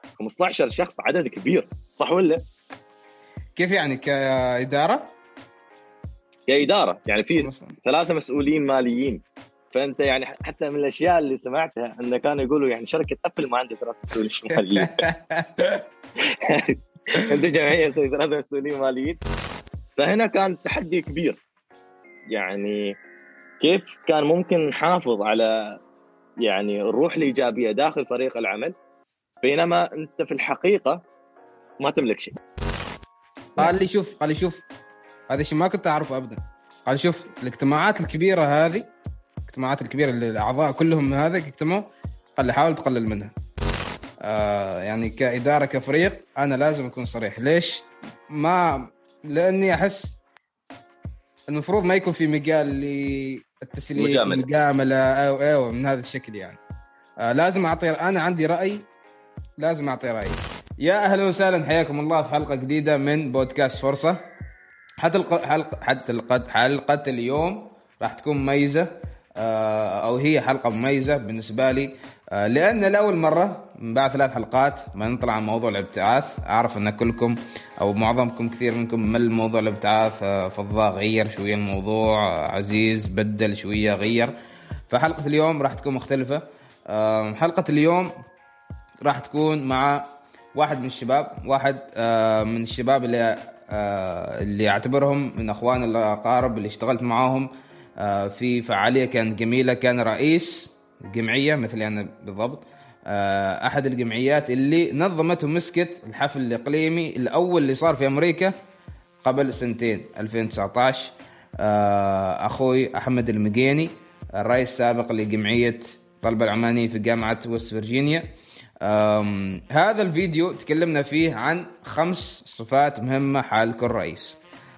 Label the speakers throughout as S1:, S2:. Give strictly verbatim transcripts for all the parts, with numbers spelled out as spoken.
S1: خمسة عشر شخص عدد كبير صح ولا؟
S2: كيف يعني كإدارة؟
S1: كإدارة يعني في ثلاثة مسؤولين ماليين. فأنت يعني حتى من الأشياء اللي سمعتها أنه كانوا يقولوا يعني شركة أبل ما عندها ثلاثة مسؤولين ماليين. أنت جمعية سوي ثلاثة مسؤولين ماليين. فهنا كان تحدي كبير، يعني كيف كان ممكن نحافظ على يعني الروح الإيجابية داخل فريق العمل بينما أنت في الحقيقة ما تملك شيء.
S2: قال لي شوف قال لي شوف هذا الشيء ما كنت أعرفه أبدا. قال شوف الاجتماعات الكبيرة هذه، الاجتماعات الكبيرة اللي الأعضاء كلهم هذا يجتمعوا، قال لي حاول تقلل منها. آه يعني كإدارة كفريق أنا لازم أكون صريح. ليش؟ ما لأني أحس المفروض ما يكون في مجال للتسليك والمجاملة أو أو من هذا الشكل يعني. آه لازم أعطي، أنا عندي رأي لازم أعطي رأيي. يا أهلا وسهلا، حياكم الله في حلقة جديدة من بودكاست فرصة. حتى الق... حلقة حتى الق... حلقة اليوم راح تكون مميزة، آه أو هي حلقة مميزة بالنسبة لي، آه لأن لأول مرة من بعد ثلاث حلقات ما نطلع عن موضوع الابتعاث. أعرف أن كلكم أو معظمكم كثير منكم مل موضوع الابتعاث، آه فضاء غير شوية الموضوع، آه عزيز بدل شوية غير. فحلقة اليوم راح تكون مختلفة. آه حلقة اليوم راح تكون مع واحد من الشباب، واحد آه من الشباب اللي آه اللي اعتبرهم من اخوان الاقارب اللي اشتغلت معاهم آه في فعاليه كانت جميله. كان رئيس جمعيه مثلي انا بالضبط، آه احد الجمعيات اللي نظمت ومسكت الحفل الاقليمي الاول اللي صار في امريكا قبل سنتين ألفين وتسعة عشر. آه اخوي احمد المجيني، الرئيس السابق لجمعيه طلبه العمانيه في جامعه وست فيرجينيا. هذا الفيديو تكلمنا فيه عن خمس صفات مهمة حال كل رئيس.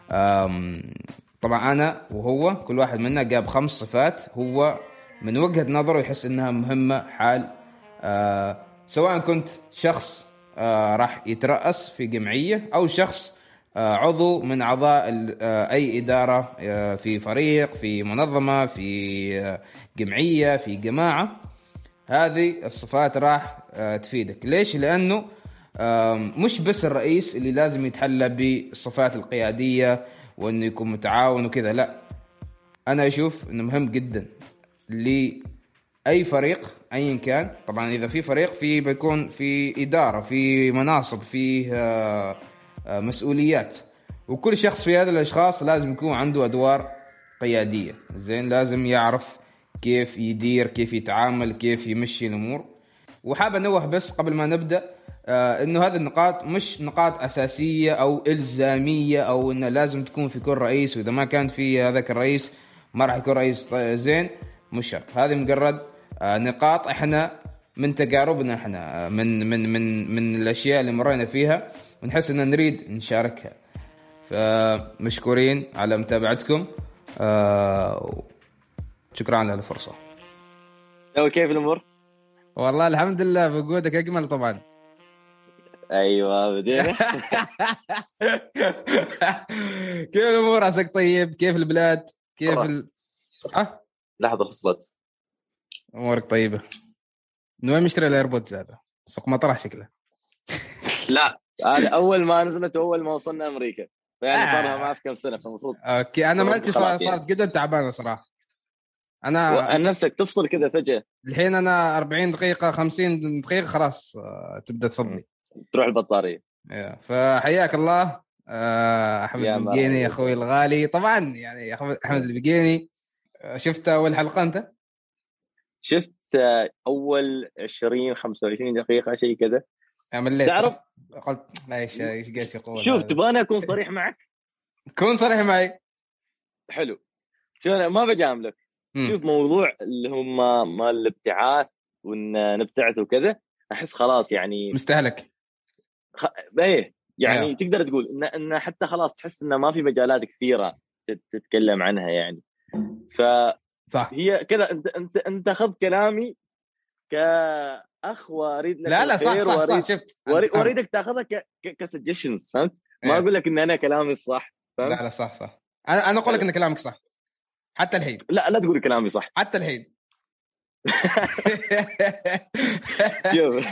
S2: طبعا أنا وهو كل واحد منا جاب خمس صفات هو من وجهة نظره يحس إنها مهمة حال أه سواء كنت شخص أه راح يترأس في جمعية أو شخص أه عضو من أعضاء أه أي إدارة أه في فريق، في منظمة، في أه جمعية، في جماعة. هذه الصفات راح تفيدك. ليش؟ لأنه مش بس الرئيس اللي لازم يتحلى بالصفات القيادية وأنه يكون متعاون وكذا، لا، أنا أشوف أنه مهم جدا لأي فريق أيا كان. طبعا إذا في فريق في بيكون في إدارة، في مناصب، في مسؤوليات، وكل شخص في هذا الأشخاص لازم يكون عنده أدوار قيادية. زين، لازم يعرف كيف يدير، كيف يتعامل، كيف يمشي الأمور. وحاب أنوه بس قبل ما نبدأ آه إنه هذه النقاط مش نقاط أساسية أو إلزامية أو إنه لازم تكون في كل رئيس، وإذا ما كان في هذاك الرئيس ما راح يكون رئيس زين. مش شرط. هذه مجرد آه نقاط إحنا من تجاربنا، إحنا من من من من الأشياء اللي مرينا فيها ونحس إن نريد نشاركها. فمشكورين على متابعتكم. آه شكرا على الفرصة.
S1: لو كيف الأمور؟
S2: والله الحمد لله، بوجودك أجمل طبعا.
S1: أيوة بدينا.
S2: كيف الأمور؟ عساك طيب؟ كيف البلاد؟ كيف ال...
S1: أه؟ لحظة فصلت.
S2: أمورك طيبة؟ من وين مشتري الإيربودز هذا؟ سوق مطرح شكله.
S1: لا، هذا أول ما نزلت أول ما وصلنا أمريكا، فيعني صارها معه في كم سنة، فمفروض.
S2: أوكي، أنا مالتي صارت صارت جدا تعبانة صراحة.
S1: أنا نفسك تفصل كده فجأة.
S2: الحين أنا أربعين دقيقة خمسين دقيقة خلاص تبدأ تفضي،
S1: تروح البطارية.
S2: فحياك الله أحمد البقيني أخوي الغالي. طبعا يعني أحمد البقيني، شفت أول حلقة أنت؟
S1: شفت أول عشرين خمسة وعشرين دقيقة شيء كذا.
S2: مليت
S1: تعرف؟
S2: قلت لا إيش إيش قاس يقول.
S1: شوف، تبغاني أكون صريح معك؟
S2: كون صريح معي.
S1: حلو. شوف أنا ما بجاملك. م. شوف موضوع اللي هم ما الابتعاث وإن نبتعث وكذا، أحس خلاص يعني
S2: مستهلك.
S1: خ... إيه يعني أيوه. تقدر تقول إن إن حتى خلاص تحس إنه ما في مجالات كثيرة تتكلم عنها يعني. ف
S2: صح.
S1: هي كذا. أنت أنت أنت أخذ كلامي كأخ واريد لك
S2: لا لا صح صح
S1: واريد
S2: صح. شفت
S1: واريدك تاخذها ك كسجشنز، فهمت؟ ما اقول لك ان انا كلامي الصح، فهمت؟
S2: لا لا صح صح. انا انا اقول لك ان كلامك صح حتى الحين.
S1: لا لا تقول كلامي صح
S2: حتى الحين.
S1: شوف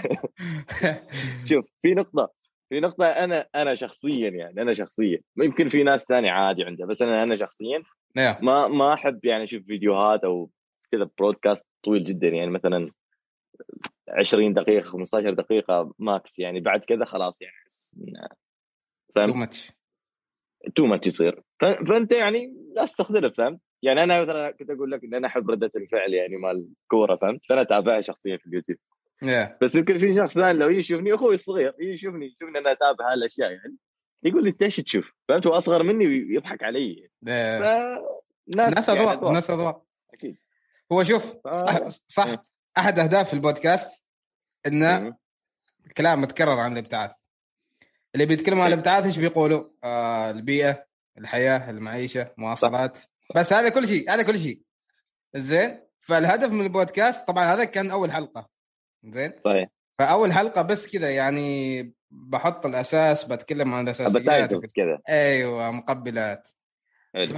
S1: شوف في نقطة في نقطة أنا أنا شخصيا يعني أنا شخصيا يمكن في ناس ثانية عادي عنده، بس أنا أنا شخصيا ما ما أحب يعني أشوف فيديوهات أو كذا برودكاست طويل جدا، يعني مثلا عشرين دقيقة خمسة عشر دقيقة ماكس، يعني بعد كذا خلاص يعني
S2: تو ماتش
S1: تو ماتش يصير. فأنت يعني لا تستخدمه، فهمت؟ يعني أنا مثلا كنت أقول لك إن أنا أحب ردة الفعل يعني مال الكورة، فهمت؟ فأنا أتابعها شخصيا في اليوتيوب.
S2: yeah.
S1: بس يمكن في شخص ثاني لو يشوفني أخوي الصغير يشوفني يشوفني أنا أتابع هالأشياء يعني يقول لي أنت إيش تشوف؟ فهمت؟ هو أصغر مني ويضحك علي.
S2: yeah.
S1: فناس
S2: ناس
S1: يعني
S2: أضواء ناس أضواء
S1: أكيد.
S2: هو شوف
S1: ف...
S2: صح, صح. أحد أهداف البودكاست إنه الكلام متكرر عن الابتعاث. اللي بيتكلموا عن الابتعاث إيش بيقولوا؟ آه البيئة، الحياة، المعيشة، مواصلات. صح. بس هذا كل شيء، هذا كل شيء زين. فالهدف من البودكاست طبعا هذا كان أول حلقة زين.
S1: صحيح.
S2: فأول حلقة بس كذا يعني بحط الأساس، بتكلم عن الأساسيات
S1: كذا.
S2: أيوة مقبلات. ف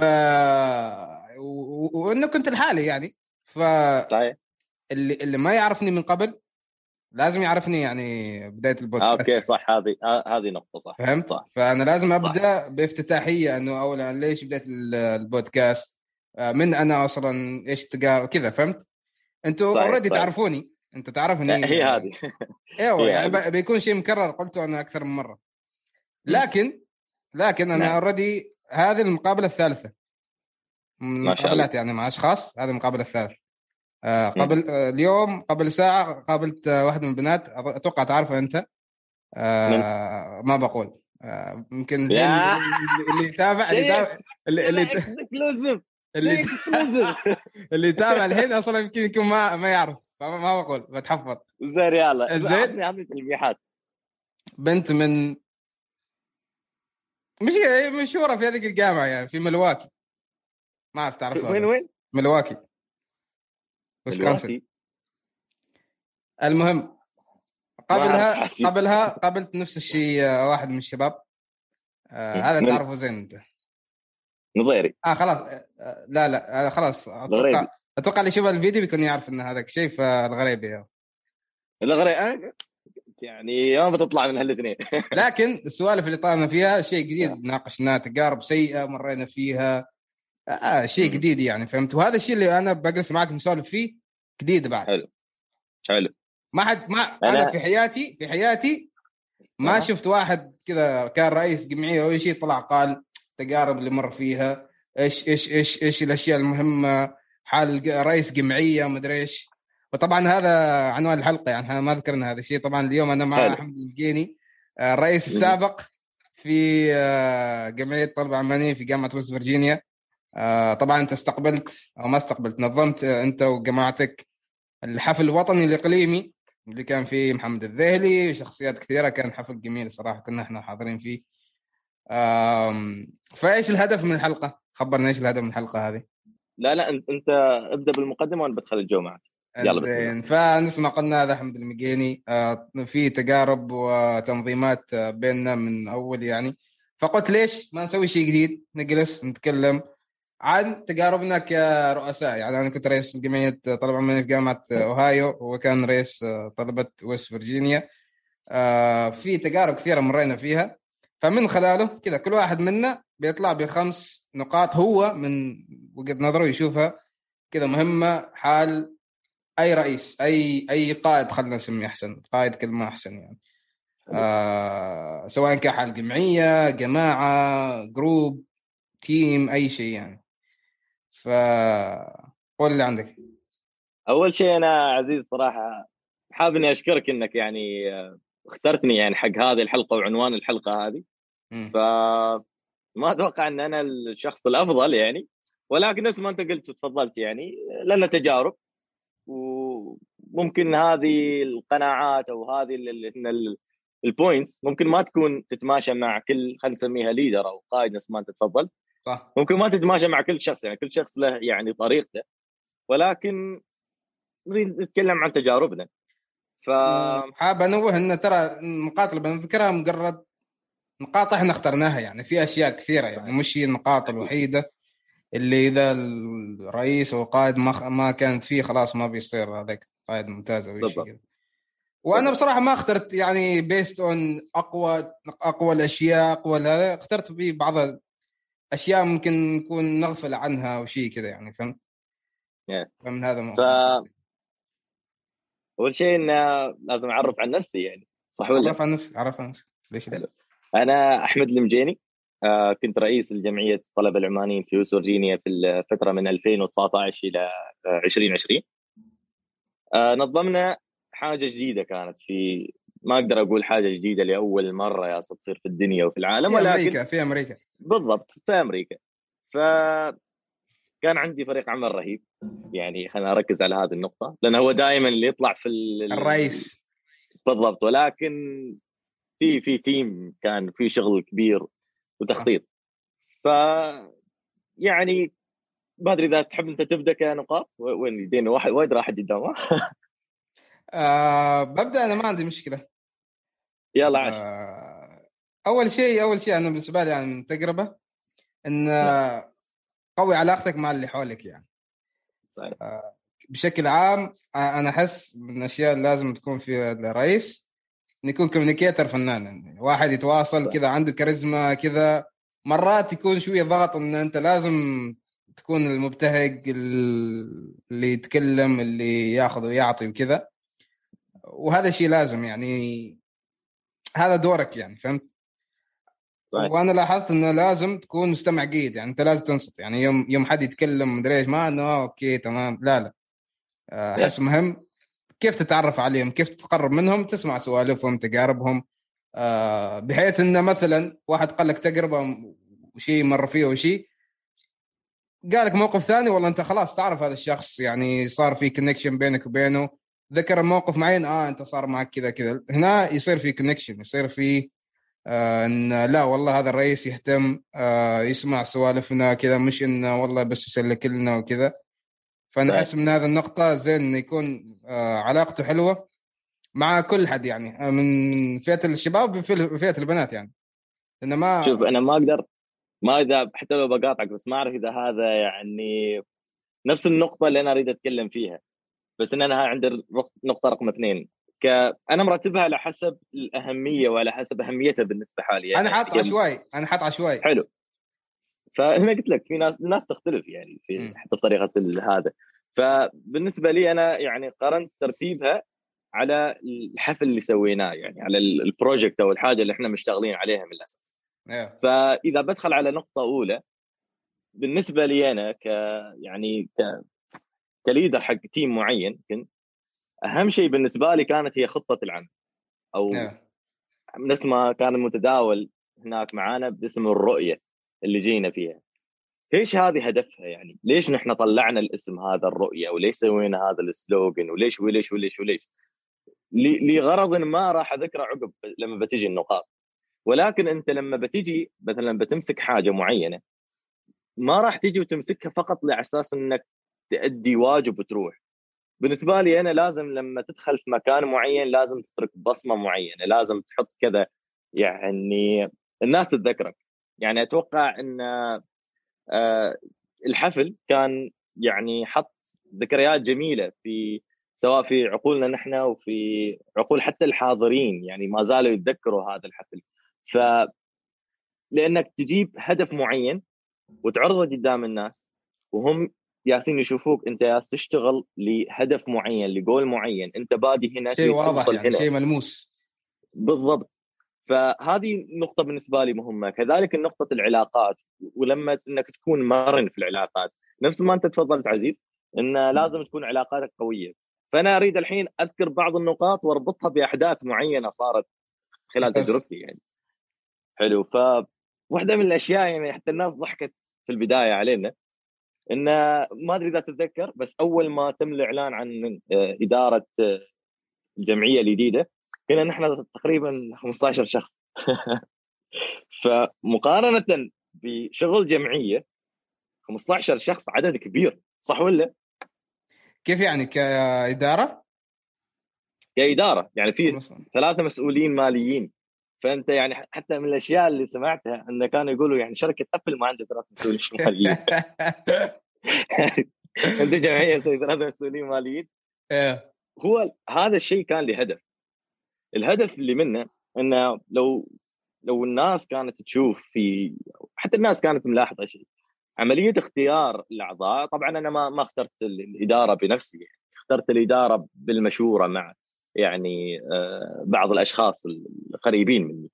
S2: و... وإنه كنت لحالي يعني. ف
S1: صحيح.
S2: اللي اللي ما يعرفني من قبل لازم يعرفني يعني بداية البودكاست.
S1: آه، أوكي صح. هذه هذه نقطة صح.
S2: فهمت
S1: صح.
S2: فأنا لازم أبدأ صح. بافتتاحية إنه أولا ليش بدأت البودكاست، من أنا أصلا إيش تجار كذا. فهمت؟ أنتوا أوريدي تعرفوني، أنت تعرفني.
S1: هي هذه
S2: ايوه يعني بيكون شيء مكرر قلته انا اكثر من مره. لكن لكن انا اوريدي هذه المقابله الثالثه من مقابلات يعني مع اشخاص. هذه المقابله الثالثه. آه قبل آه اليوم قبل ساعه قابلت آه واحده من البنات اتوقع تعرفها انت. آه ما بقول يمكن آه اللي, اللي يتابع اللي يتابع اللي اللي
S1: اكسكلوزيف
S2: اللي اللي يتابع الحين اصلا يمكن يكون ما ما يعرف، فما ما بقول بتحفظ.
S1: زين يلا
S2: زين.
S1: عطني تلميحات.
S2: بنت من مش مشهورة في هذيك الجامعة يعني في ملواكي، ما أعرف تعرفها
S1: وين وين
S2: ملواكي ويسكونسن. المهم قبلها قبلها قابلت نفس الشيء واحد من الشباب آه هذا من... تعرفه زين انت
S1: نظيري.
S2: اه خلاص آه لا لا آه خلاص اتوقع نظيري. اتوقع اللي يشوف الفيديو بيكون يعرف ان هذاك الشيء. فالغريبي يعني.
S1: الغريب يعني يوم بتطلع من هالاثنين.
S2: لكن السوالف اللي طالنا فيها شيء جديد ناقشناه، تجارب سيئة مرينا فيها آه شيء جديد يعني. فهمت؟ وهذا الشيء اللي انا بجلس معاك نسولف فيه جديد بعد.
S1: حلو حلو.
S2: ما حد ما أنا... انا في حياتي في حياتي ما أه. شفت واحد كذا كان رئيس جمعيه او شيء طلع قال تجارب اللي مر فيها ايش ايش ايش ايش الاشياء المهمه، حال رئيس جمعيه وما ادري ايش. وطبعا هذا عنوان الحلقه يعني ما ذكرنا هذا الشيء. طبعا اليوم انا مع احمد المجيني الرئيس السابق في جمعيه طلبه العمانيين في جامعه ويست فيرجينيا. طبعا انت استقبلت او ما استقبلت نظمت انت وجماعتك الحفل الوطني الاقليمي اللي كان فيه محمد الذهلي وشخصيات كثيره. كان حفل جميل صراحه، كنا احنا حاضرين فيه. فايش الهدف من الحلقه؟ خبرنا ايش الهدف من الحلقه هذه.
S1: لا لا انت ابدا بالمقدمه وانا بدخل الجو معك.
S2: يلا زين. فنسمع قلنا هذا احمد المجيني في تجارب وتنظيمات بيننا من اول يعني. فقلت ليش ما نسوي شيء جديد، نجلس نتكلم عن تجاربنا كرؤساء. يعني أنا كنت رئيس جمعية طلبة عمانية في جامعة أوهايو وكان رئيس طلبة ويست فيرجينيا. في تجارب كثيرة مرينا فيها، فمن خلاله كذا كل واحد منا بيطلع بخمس نقاط هو من وجهة نظره يشوفها كذا مهمة حال أي رئيس أي أي قائد. خلنا نسميه أحسن، قائد كلمة أحسن يعني. آه سواء كان حال جمعية جماعة جروب تيم أي شيء يعني. فقول اللي عندك.
S1: أول شيء أنا عزيز صراحة حابب إني أشكرك إنك يعني اخترتني يعني حق هذه الحلقة وعنوان الحلقة هذه. فما أتوقع إن أنا الشخص الأفضل يعني، ولكن نفس ما أنت قلت وتفضلت يعني لنا تجارب، وممكن هذه القناعات أو هذه البوينتس ممكن ما تكون تتماشى مع كل، خلينا نسميها ليدر أو قائد نفس ما أنت تفضل.
S2: صح.
S1: ممكن ما تتماشى مع كل شخص يعني، كل شخص له يعني طريقته، ولكن نريد نتكلم عن تجاربنا. ف
S2: حاب انوه ان ترى النقاط اللي بنذكرها مجرد نقاط احنا اخترناها يعني. في اشياء كثيره يعني مش هي النقاط الوحيده اللي اذا الرئيس او القائد ما ما كانت فيه خلاص ما بيصير هذاك قائد ممتاز او شيء
S1: بالضبط
S2: كذا. وانا
S1: بالضبط.
S2: بصراحه ما اخترت يعني بيست اون اقوى اقوى الاشياء اقوى هذا، اخترت في بعض الاشياء ممكن نكون نغفل عنها او شيء كذا يعني، فهمت؟
S1: yeah.
S2: فمن هذا ما
S1: فاول شيء انه لازم اعرف عن نفسي يعني، صح ولا؟
S2: عرف عن نفسك، عرف عن نفسك ليش لا.
S1: انا احمد المجيني، آه كنت رئيس لجمعيه الطلبه العمانيين في وست فيرجينيا في الفتره من ألفين وتسعة عشر الى عشرين عشرين. آه نظمنا حاجه جديده كانت في، ما اقدر اقول حاجه جديده لاول مره يا تصير في الدنيا وفي العالم،
S2: في
S1: ولكن
S2: امريكا في امريكا
S1: بالضبط في امريكا. فكان عندي فريق عمل رهيب، يعني خلينا نركز على هذه النقطه لانه هو دائما اللي يطلع في ال...
S2: الرئيس.
S1: بالضبط، ولكن في في تيم كان في شغل كبير
S2: آه.
S1: وتخطيط. ف يعني ما ادري اذا تحب انت تبدا كنقاط، وين يدين واحد وايد راح قدامه.
S2: آه ببدا، انا ما عندي مشكله.
S1: يلا عاش.
S2: آه اول شيء اول شيء انا بالنسبه لي يعني من تجربه ان
S1: نعم
S2: آه، قوي علاقتك مع اللي حولك يعني.
S1: صحيح.
S2: آه بشكل عام آه انا احس من الاشياء اللي لازم تكون في الرئيس إن يكون كوميونيكيتر فنان، يعني واحد يتواصل
S1: صح.
S2: كذا عنده كاريزما كذا. مرات يكون شويه ضغط ان انت لازم تكون المبتهج اللي يتكلم اللي ياخذ ويعطي وكذا، وهذا شيء لازم يعني، هذا دورك يعني، فهمت؟
S1: صحيح.
S2: وانا لاحظت انه لازم تكون مستمع جيد، يعني انت لازم تنصت، يعني يوم يوم حد يتكلم مدري ايش ما انه اوكي تمام، لا لا.
S1: yeah.
S2: احس مهم كيف تتعرف عليهم، كيف تقرب منهم، تسمع سوالفهم، تجاربهم. آه، بحيث انه مثلا واحد قال لك تجربه وشيء مر فيه وشيء، قال لك موقف ثاني، والله انت خلاص تعرف هذا الشخص، يعني صار في كونكشن بينك وبينه، ذكر موقف معين، اه انت صار معك كذا كذا، هنا يصير في كونكشن، يصير في آه ان لا والله هذا الرئيس يهتم، آه يسمع سوالفنا كذا، مش انه والله بس يسلك لنا وكذا. فانا
S1: صحيح.
S2: احس من هذا النقطه زين انه يكون آه علاقته حلوه مع كل حد، يعني آه، من فئه الشباب وفئه البنات يعني، لانه
S1: شوف
S2: ما.
S1: انا ما اقدر، ما اذا حتى لو بقاطعك، بس ما اعرف اذا هذا يعني نفس النقطه اللي انا اريد اتكلم فيها. بس ان انا عندي نقطه رقم اثنين، ك انا مرتبها على حسب الاهميه وعلى حسب اهميتها بالنسبه حالي
S2: انا
S1: انا
S2: حاط
S1: هي.
S2: عشوائي، انا حاط عشوائي.
S1: حلو. فهنا قلت لك في ناس الناس تختلف يعني في
S2: امم
S1: حتى في طريقه هذا. فبالنسبه لي انا يعني قارنت ترتيبها على الحفل اللي سويناه، يعني على البروجكت او الحاجه اللي احنا مشتغلين عليها من الاساس.
S2: ايوه.
S1: فاذا بدخل على نقطه اولى، بالنسبه لي انا ك يعني ك كليدر حق تيم معين، كنت اهم شيء بالنسبه لي كانت هي خطه العمل، او
S2: ايوه.
S1: نفس ما كان المتداول هناك معانا باسم الرؤيه اللي جينا فيها. ايش هذه هدفها؟ يعني ليش نحن طلعنا الاسم هذا الرؤيه، وليش سوينا هذا السلوغن، وليش وليش وليش وليش لغرض ما راح اذكره عقب لما بتجي النقاط. ولكن انت لما بتجي مثلا بتمسك حاجه معينه، ما راح تجي وتمسكها فقط على اساس انك تأدي واجب وتروح. بالنسبه لي انا لازم لما تدخل في مكان معين لازم تترك بصمه معينه، لازم تحط كذا يعني الناس تتذكرك. يعني اتوقع ان آه، الحفل كان يعني حط ذكريات جميله في، سواء في عقولنا نحن وفي عقول حتى الحاضرين، يعني ما زالوا يتذكروا هذا الحفل. ف لانك تجيب هدف معين وتعرضه قدام الناس، وهم ياسين يشوفوك انت ياس تشتغل لهدف معين، لجول معين، انت بادي هنا
S2: شيء
S1: تريد
S2: واضح
S1: توصل
S2: يعني،
S1: هنا.
S2: شيء ملموس.
S1: بالضبط. فهذه نقطة بالنسبة لي مهمة. كذلك نقطة العلاقات، ولما انك تكون مرن في العلاقات، نفس ما انت تفضلت عزيز، ان لازم تكون علاقاتك قوية. فانا اريد الحين اذكر بعض النقاط واربطها باحداث معينة صارت خلال
S2: ممتاز.
S1: تجربتي يعني. حلو. ف واحدة من الاشياء يعني حتى الناس ضحكت في البداية علينا، ان ما ادري اذا تتذكر، بس اول ما تم الاعلان عن آه، ادارة آه، الجمعية الجديدة، كنا نحن تقريبا خمسة عشر شخص. فمقارنة بشغل جمعية خمسة عشر شخص عدد كبير، صح ولا؟
S2: كيف يعني كإدارة؟
S1: كإدارة يعني في
S2: خمسة.
S1: ثلاثة مسؤولين ماليين فانت يعني حتى من الاشياء اللي سمعتها انه كانوا يقولوا يعني شركه ابل ما عندها ثلاث مسؤولين ماليين. انت جمعيه زي ثلاثه مسؤولين ماليين. هو هذا الشيء كان له هدف. الهدف اللي منه انه لو لو الناس كانت تشوف في، حتى الناس كانت ملاحظه شيء، عمليه اختيار الاعضاء. طبعا انا ما ما اخترت الاداره بنفسي، يعني اخترت الاداره بالمشوره مع يعني آه بعض الاشخاص القريبين مني.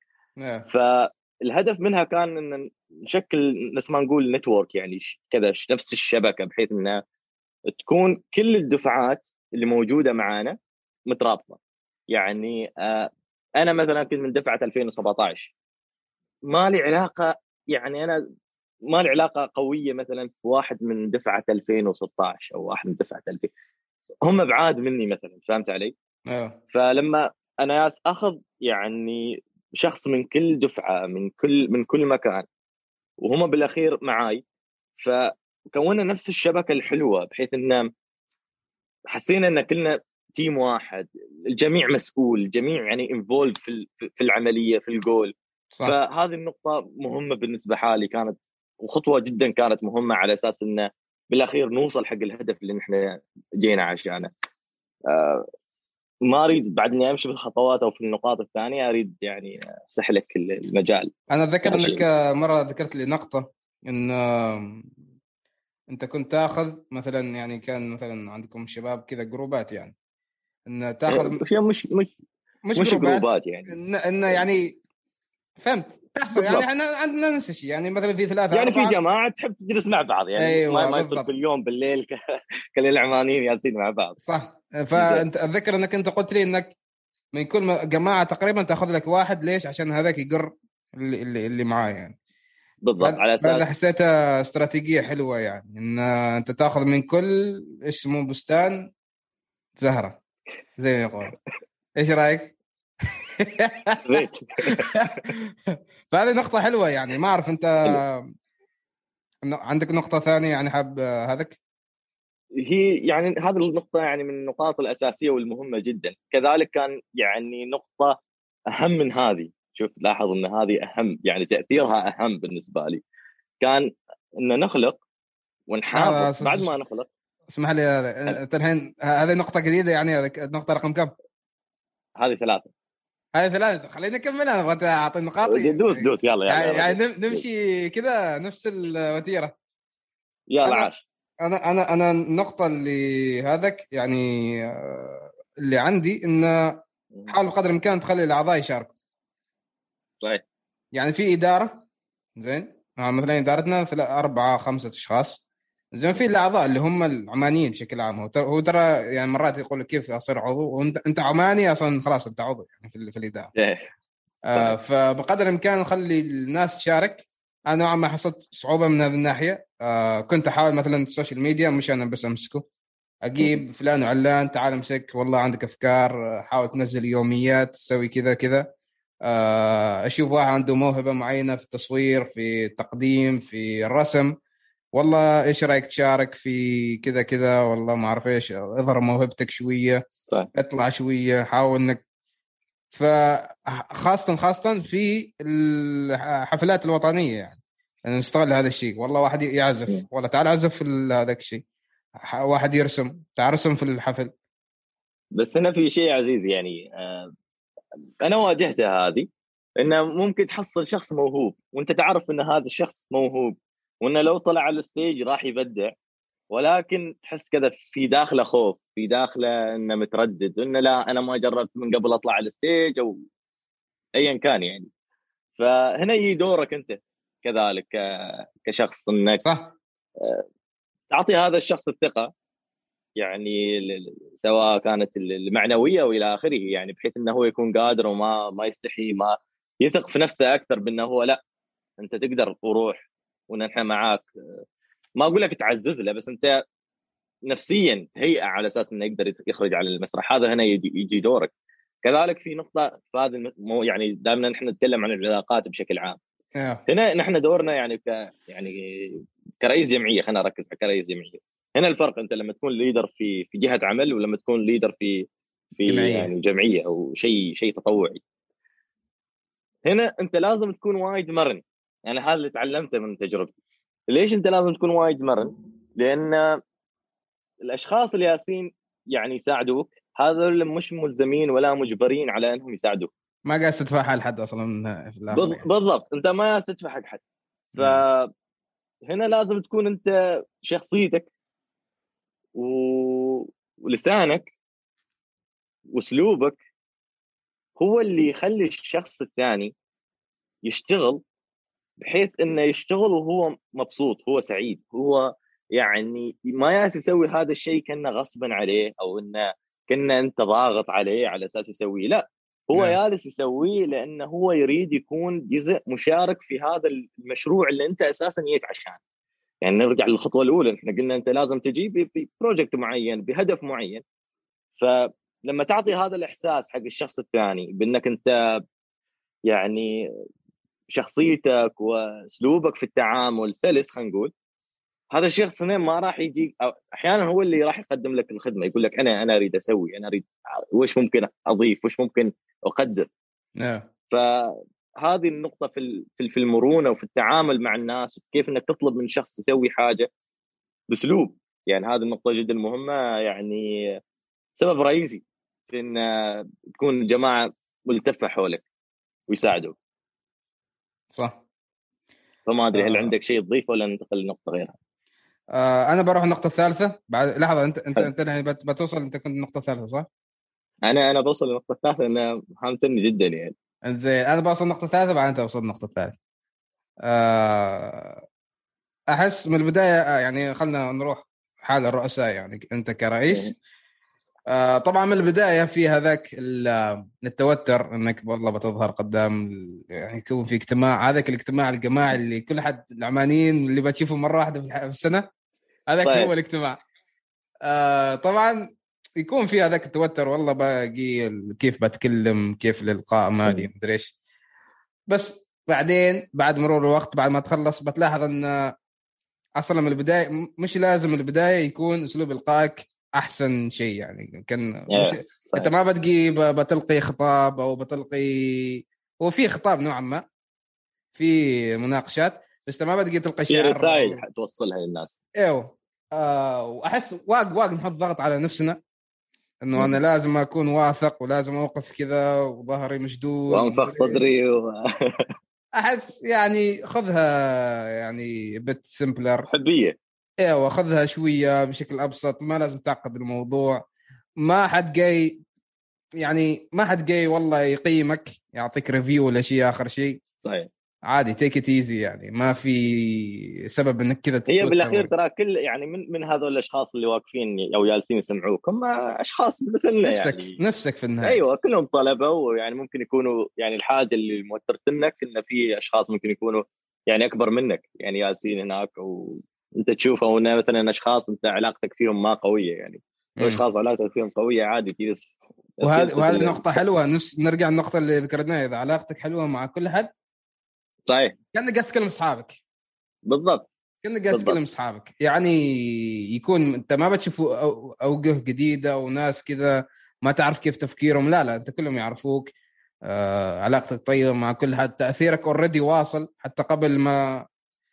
S1: فالهدف منها كان ان نشكل نفس ما نقول نتورك، يعني كذا نفس الشبكه، بحيث انها تكون كل الدفعات اللي موجوده معانا مترابطه. يعني آه انا مثلا كنت من دفعه ألفين وسبعطعش، ما لي علاقه، يعني انا ما لي علاقه قويه مثلا في واحد من دفعه ألفين وستطعش او واحد من دفعه ألفين، هم بعاد مني مثلا، فهمت علي؟
S2: أيوه.
S1: فلما انا اخذ يعني شخص من كل دفعه، من كل من كل مكان، وهم بالاخير معاي، فكونا نفس الشبكه الحلوه، بحيث ان حسينا ان كلنا تيم واحد، الجميع مسؤول، الجميع يعني انفولد في في العمليه، في الجول.
S2: صح.
S1: فهذه النقطه مهمه بالنسبه حالي كانت، وخطوه جدا كانت مهمه، على اساس انه بالاخير نوصل حق الهدف اللي نحن جينا عشانه. آه ما اريد بعد اني امشي في الخطوات او في النقاط الثانيه، اريد يعني افتح لك المجال.
S2: انا اتذكر انك مره ذكرت لي نقطه ان انت كنت تاخذ مثلا، يعني كان مثلا عندكم شباب كذا جروبات، يعني ان تاخذ
S1: فيها مش مش
S2: مش
S1: مش
S2: جروبات،
S1: جروبات يعني.
S2: ان, إن يعني فهمت تحصل، يعني
S1: بالضبط،
S2: احنا عندنا نفس الشيء، يعني مثلا في ثلاثة
S1: يعني في
S2: أربعة.
S1: جماعه تحب تجلس مع بعض، يعني ما
S2: ايوه
S1: ما يصير
S2: بالضبط.
S1: كل يوم بالليل كل العمانيين جالسين مع بعض.
S2: صح.
S1: زين،
S2: فانت اتذكر انك انت قلت لي انك من كل جماعه تقريبا تاخذ لك واحد، ليش؟ عشان هذاك يقر اللي اللي, اللي معاه يعني.
S1: بالضبط،
S2: هذا
S1: على
S2: هذا
S1: اساس
S2: حسيتها استراتيجيه حلوه، يعني ان انت تاخذ من كل ايش اسمه بستان زهره زي ما يقول. ايش رايك؟
S1: ريت.
S2: فهذه نقطه حلوه، يعني ما اعرف انت عندك نقطه ثانيه يعني حاب هذاك.
S1: هي يعني هذه النقطة يعني من النقاط الأساسية والمهمة جدا. كذلك كان يعني نقطة أهم من هذه، شوف لاحظ أن هذه أهم، يعني تأثيرها أهم بالنسبة لي، كان أن نخلق ونحافظ
S2: هذا
S1: بعد ما نخلق.
S2: اسمح لي، هذا انت الحين هذه نقطة جديدة، يعني هذه النقطة رقم كم؟
S1: هذه ثلاثة.
S2: هذه ثلاثة. خليني أكمل، أنا أبغى أعطي نقاطي
S1: دوس
S2: يعني.
S1: دوس يلا يلا
S2: يعني,
S1: يلا
S2: يعني
S1: دوس
S2: نم-
S1: دوس.
S2: نمشي كذا نفس الوتيرة.
S1: يلا
S2: أنا
S1: عاش.
S2: أنا أنا أنا النقطة اللي هذاك يعني آه، اللي عندي إنه حاول بقدر الإمكان تخلي الأعضاء يشاركوا.
S1: صحيح.
S2: يعني في إدارة، زين، آه، مثلا إدارتنا ثلاث أربعة خمسة أشخاص، زين. في الأعضاء اللي هم العمانيين بشكل عام، هو ترى هو ترى يعني مرات يقول لك كيف أصير عضو وأنت أنت عماني أصلا، خلاص أنت عضو يعني في, في الإدارة. آه فبقدر الإمكان نخلي الناس تشارك. أنا نوعا ما حصلت صعوبة من هذه الناحية. آه كنت أحاول مثلا السوشيال ميديا مش أنا بس أمسكه، أجيب فلان وعلان تعال امسك، والله عندك أفكار، حاول تنزل يوميات، تسوي كذا كذا. آه أشوف واحد عنده موهبة معينة في التصوير، في التقديم، في الرسم، والله إيش رأيك تشارك في كذا كذا، والله ما أعرف إيش، اظهر موهبتك شوية،
S1: صح.
S2: اطلع شوية، حاول إنك. فخاصة خاصة في الحفلات الوطنية، يعني يعني نستغل هذا الشيء. والله واحد يعزف، والله تعال عزف في هذاك الشيء، واحد يرسم، تعال رسم في الحفل.
S1: بس هنا في شيء عزيز، يعني آه أنا واجهتها هذه، انه ممكن تحصل شخص موهوب وانت تعرف ان هذا الشخص موهوب، وانه لو طلع على الستيج راح يبدع، ولكن تحس كذا في داخله خوف، في داخله انه متردد، انه لا انا ما جربت من قبل اطلع على الستيج او ايا كان يعني. فهنا يجي دورك انت كذلك كشخص، انك
S2: صح.
S1: تعطي هذا الشخص الثقه، يعني سواء كانت المعنويه والى اخره، يعني بحيث انه هو يكون قادر وما ما يستحي، ما يثق في نفسه اكثر، بانه هو لا انت تقدر وروح ونحن معاك. ما اقول لك تعزز له، بس انت نفسيا تهيئه على اساس انه يقدر يخرج على المسرح. هذا هنا يجي, يجي دورك. كذلك في نقطه في هذا المو، يعني دائما نحن نتكلم عن العلاقات بشكل عام.
S2: yeah.
S1: هنا نحن دورنا يعني ك يعني كرئيس جمعيه، خلينا نركز على كرئيس جمعيه. هنا الفرق انت لما تكون ليدر في في جهه عمل، ولما تكون ليدر في في
S2: جمعية.
S1: يعني جمعيه او شيء شيء تطوعي. هنا انت لازم تكون وايد مرن. يعني هذا اللي تعلمته من تجربتي. ليش انت لازم تكون وايد مرن؟ لان الاشخاص اللي ياسين يعني يساعدوك هذول مش ملزمين ولا مجبرين على انهم يساعدوك.
S2: ما قاعد تدفع حال حد اصلا في الاخر
S1: بض-
S2: يعني.
S1: بالضبط، انت ما تدفع حق حد.
S2: مم.
S1: فهنا لازم تكون انت شخصيتك و... ولسانك واسلوبك هو اللي يخلي الشخص الثاني يشتغل، بحيث انه يشتغل وهو مبسوط، هو سعيد، هو يعني ما ياس يسوي هذا الشيء كأنه غصبا عليه، او انه كأنه انت ضاغط عليه على اساس يسويه. لا، هو
S2: نعم.
S1: يالس يسويه لانه هو يريد يكون جزء مشارك في هذا المشروع اللي انت اساسا جيت عشان. يعني نرجع للخطوه الاولى، احنا قلنا انت لازم تجي ببروجكت معين بهدف معين. فلما تعطي هذا الاحساس حق الشخص الثاني بانك انت يعني شخصيتك واسلوبك في التعامل سلس، خلينا نقول، هذا الشخص هنا ما راح يجي. احيانا هو اللي راح يقدم لك الخدمه، يقول لك انا انا اريد اسوي، انا اريد وش ممكن اضيف، وش ممكن اقدر.
S2: نعم.
S1: فهذه النقطه في ال- في في المرونه وفي التعامل مع الناس، وكيف انك تطلب من شخص يسوي حاجه باسلوب. يعني هذه النقطه جدا مهمه، يعني سبب رئيسي في ان تكون الجماعه ملتفه حولك ويساعدوك.
S2: صح.
S1: فما ادري هل
S2: آه.
S1: عندك شيء تضيفه ولا ننتقل لنقطه غيرها؟
S2: آه. انا بروح النقطه الثالثه بعد لحظه. انت انت
S1: حلو.
S2: انت يعني بت- بتوصل، انت كنت النقطه الثالثه صح؟
S1: انا انا بوصل للنقطه الثالثه انها هامتني جدا يعني.
S2: زين، انا بوصل النقطه الثالثه بعد انت توصل النقطه الثالثه. آه. احس من البدايه، آه، يعني خلنا نروح حال الرؤساء. يعني انت
S1: مم.
S2: كرئيس، آه، طبعا من البدايه في هذاك ال- التوتر انك والله بتظهر قدام ال- يعني يكون في اجتماع، هذاك الاجتماع الجماعي اللي كل حد العمانيين اللي بتشوفه مره واحده في الح- في السنه، هذاك هو
S1: طيب.
S2: الاجتماع. آه، طبعا يكون في هذاك التوتر، والله باقي ال- كيف بتكلم، كيف الالقاء مالي،
S1: مم.
S2: مدري ايش. بس بعدين بعد مرور الوقت بعد ما تخلص بتلاحظ ان اصلا من البدايه م- مش لازم من البدايه يكون اسلوب القائك احسن شيء. يعني كان مش
S1: ايه
S2: انت
S1: صحيح.
S2: ما بتجي ب- بتلقي خطاب او بتلقي، هو في خطاب نوعا ما، في مناقشات، بس انت ما بتجي تلقي
S1: في
S2: شعر
S1: رسائل
S2: او
S1: توصلها للناس.
S2: ايوه. آه، واحس واق واق نحط ضغط على نفسنا انه انا
S1: مم.
S2: لازم اكون واثق ولازم اوقف كذا وظهري مشدود
S1: وانفخ
S2: ومدري ايش.
S1: صدري و...
S2: احس يعني خذها يعني بت سمبلر.
S1: حبيه.
S2: ايوه، خذها شويه بشكل ابسط، ما لازم تعقد الموضوع. ما حد جاي، يعني ما حد جاي والله يقيمك يعطيك ريفيو ولا شيء اخر شيء.
S1: صحيح.
S2: عادي تيك ات ايزي، يعني ما في سبب انك كذا
S1: هي
S2: تتوتر
S1: بالاخير
S2: ولا.
S1: ترى كل يعني من من هذول الاشخاص اللي واقفين او جالسين يسمعوك هم اشخاص مثلنا
S2: نفسك
S1: يعني.
S2: نفسك في النهايه.
S1: ايوه كلهم طلبه، ويعني ممكن يكونوا يعني الحاجه اللي موترتنك ان في اشخاص ممكن يكونوا يعني اكبر منك يعني جالسين هناك، وانت تشوفه ان مثلا اشخاص انت علاقتك فيهم ما قويه يعني. لو
S2: امم.
S1: اشخاص علاقتك فيهم قويه عادي تجلس
S2: وهذه
S1: جلسه
S2: وهذه
S1: ال-
S2: نقطه حلوه، نفس نرجع للنقطه اللي ذكرناها، اذا علاقتك حلوه مع كل حد
S1: صحيح.
S2: كانك قاعد تكلم اصحابك.
S1: بالضبط.
S2: كأنك قاعد تكلم
S1: بالضبط.
S2: اصحابك، يعني يكون انت ما بتشوفوا أو- اوجه جديده وناس كذا ما تعرف كيف تفكيرهم. لا لا، انت كلهم يعرفوك. آه، علاقتك طيبه مع كل حد، تاثيرك اوريدي واصل حتى قبل ما.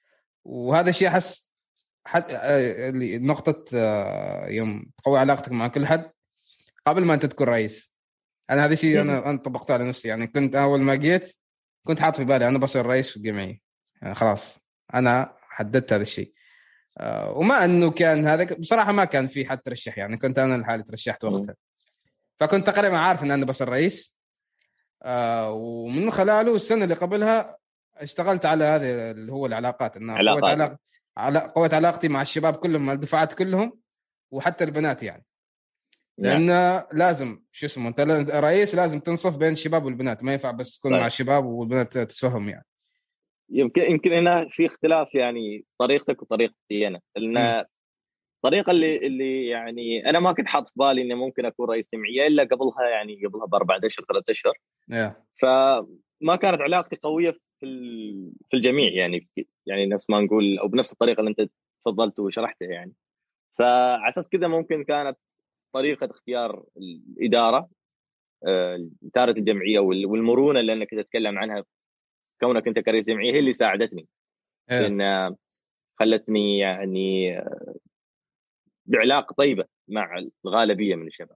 S2: وهذا الشيء احس حد آه، اللي نقطه، آه، يوم تقوي علاقتك مع كل حد قبل ما انت تكون رئيس. انا هذا الشيء
S1: مم.
S2: انا انا طبقته على نفسي. يعني كنت اول ما جيت كنت حاط في بالي انا بصير رئيس في الجمعيه. يعني خلاص انا حددت هذا الشيء. آه، وما انه كان هذا بصراحه ما كان في حد ترشح، يعني كنت انا لحالي ترشحت
S1: مم.
S2: وقتها. فكنت تقريبا عارف ان انا بصير رئيس. آه، ومن خلاله السنه اللي قبلها اشتغلت على هذه اللي هو العلاقات، ان قوت
S1: علاقات.
S2: علاقه على قوت علاقتي مع الشباب كلهم، مع الدفعات كلهم، وحتى البنات يعني.
S1: نعم.
S2: لان لازم شو اسمه، انت رئيس لازم تنصف بين الشباب والبنات، ما ينفع بس تكون مع
S1: طيب.
S2: الشباب والبنات تسفهم يعني.
S1: يمكن يمكن هنا في اختلاف يعني طريقتك وطريقتي انا،
S2: امم.
S1: لان الطريقه اللي اللي يعني انا ما كنت حاط في بالي اني ممكن اكون رئيس جمعيه الا قبلها، يعني قبلها باربع اشهر ثلاث اشهر.
S2: يا.
S1: فما كانت علاقتي قويه في ال- في الجميع يعني، يعني نفس ما نقول او بنفس الطريقه اللي انت تفضلت وشرحتها يعني. فعلى اساس كذا ممكن كانت طريقه اختيار الاداره، آه، اداره الجمعيه وال- والمرونه اللي انك تتكلم عنها كونك انت كرئيس جمعيه هي اللي ساعدتني،
S2: إيه.
S1: لان خلتني يعني بعلاقه طيبه مع الغالبيه من الشباب.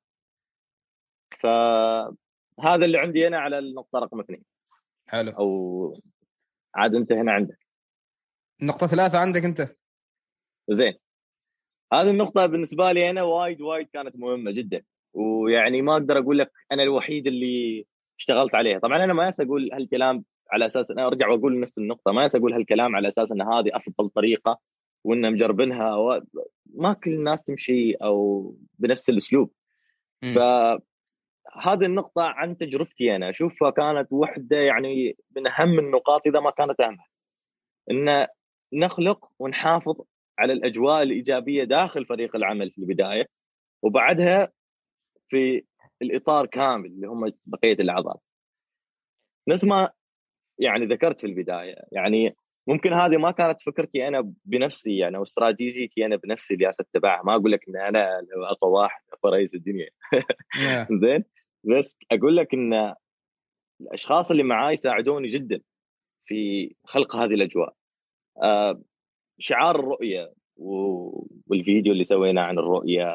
S1: فهذا اللي عندي انا على النقطه رقم اثنين.
S2: حلو.
S1: او عاد انت هنا عندك
S2: النقطة ثلاثة عندك أنت.
S1: زين. هذه النقطة بالنسبة لي أنا وايد وايد كانت مهمة جدا، ويعني ما أقدر أقول لك أنا الوحيد اللي اشتغلت عليها. طبعا أنا ما أسا أقول هالكلام على أساس أنا أرجع وأقول نفس النقطة، ما أسا أقول هالكلام على أساس أن هذه أفضل طريقة وإن مجربينها و... ما كل الناس تمشي أو بنفس الأسلوب.
S2: مم.
S1: فهذه النقطة عن تجربتي أنا أشوفها كانت واحدة يعني من أهم النقاط إذا ما كانت أهمها، إن نخلق ونحافظ على الأجواء الإيجابية داخل فريق العمل في البداية، وبعدها في الإطار كامل اللي هم بقية الأعضاء. نفس ما يعني ذكرت في البداية، يعني ممكن هذه ما كانت فكرتي أنا بنفسي يعني أو استراتيجيتي أنا بنفسي اللي أتبعها. ما أقول لك إن أنا أقوى واحد أقوى رئيس الدنيا
S2: Yeah.
S1: زين، بس أقول لك إن الأشخاص اللي معاي ساعدوني جدا في خلق هذه الأجواء. آه شعار الرؤية والفيديو اللي سويناه عن الرؤية،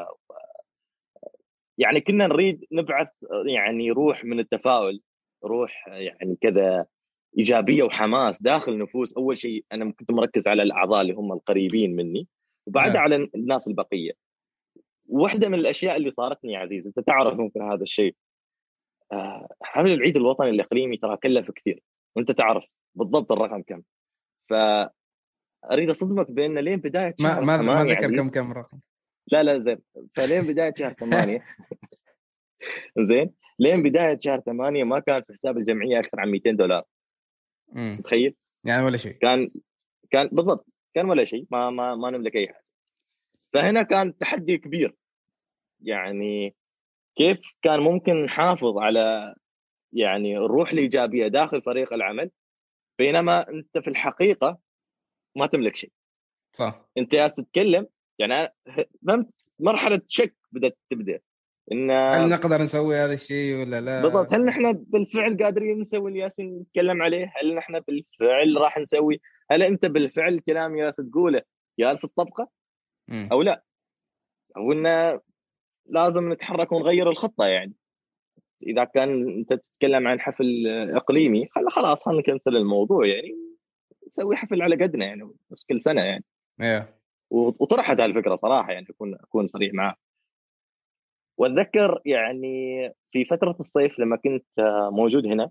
S1: يعني كنا نريد نبعث يعني روح من التفاؤل، روح يعني كذا إيجابية وحماس داخل نفوس. أول شيء أنا كنت مركز على الأعضاء اللي هم القريبين مني، وبعدها
S2: Yeah.
S1: على الناس البقية. واحدة من الأشياء اللي صارتني يا عزيز، أنت تعرف ممكن هذا الشيء، آه، حفل العيد الوطني الإقليمي ترى كلف كثير، وأنت تعرف بالضبط الرقم كم. فأريد أصدمك بأن لين بداية
S2: ما
S1: شهر
S2: ما ما
S1: ثمانية
S2: ذكر كم
S1: عزيز،
S2: كم رقم.
S1: لا لا زين، فلين بداية شهر ثمانية زين، لين بداية شهر ثمانية ما كان في حساب الجمعية أكثر عن مئتين دولار.
S2: مم.
S1: متخيل؟
S2: يعني ولا شيء.
S1: كان كان بالضبط كان ولا شيء، ما ما ما نملك أي حاجة. فهنا كان تحدي كبير، يعني كيف كان ممكن نحافظ على يعني الروح الإيجابية داخل فريق العمل بينما أنت في الحقيقة ما تملك شيء.
S2: صح.
S1: أنت جالس تتكلم يعني أنا فهمت مرحلة شك بدأت تبدأ، إن
S2: هل نقدر نسوي هذا الشيء ولا لا؟
S1: بالضبط هل نحن بالفعل قادرين نسوي اللي ياسين نتكلم عليه؟ هل نحن بالفعل راح نسوي؟ هل انت بالفعل الكلام ياس تقوله جالس تطبقه
S2: مم.
S1: او لا؟ او انه لازم نتحرك ونغير الخطه؟ يعني اذا كان انت تتكلم عن حفل اقليمي خل خلاص خلينا نكنسل الموضوع، يعني نسوي حفل على قدنا يعني بس كل سنه يعني.
S2: Yeah.
S1: وطرحت هالفكره صراحه، يعني اكون اكون صريح معك. واتذكر يعني في فتره الصيف لما كنت موجود هنا،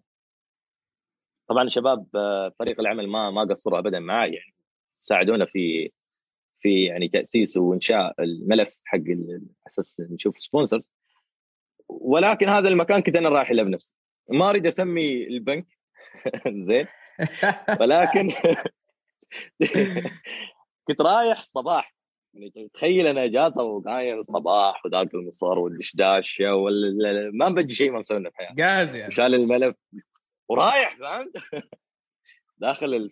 S1: طبعا شباب فريق العمل ما ما قصروا ابدا معي، يعني ساعدونا في في يعني تاسيس وانشاء الملف حق اساس نشوف سبونسرز. ولكن هذا المكان كنت انا رايح له بنفسي، ما اريد اسمي البنك زين، ولكن كنت رايح الصباح. يعني تخيل انا اجازه وقايم الصباح وذاك المصور والدشداشه ولا ما بجي شيء ما مسوينه في حياتي،
S2: جاهز يعني.
S1: وشال الملف ورايح فهمت داخل ال...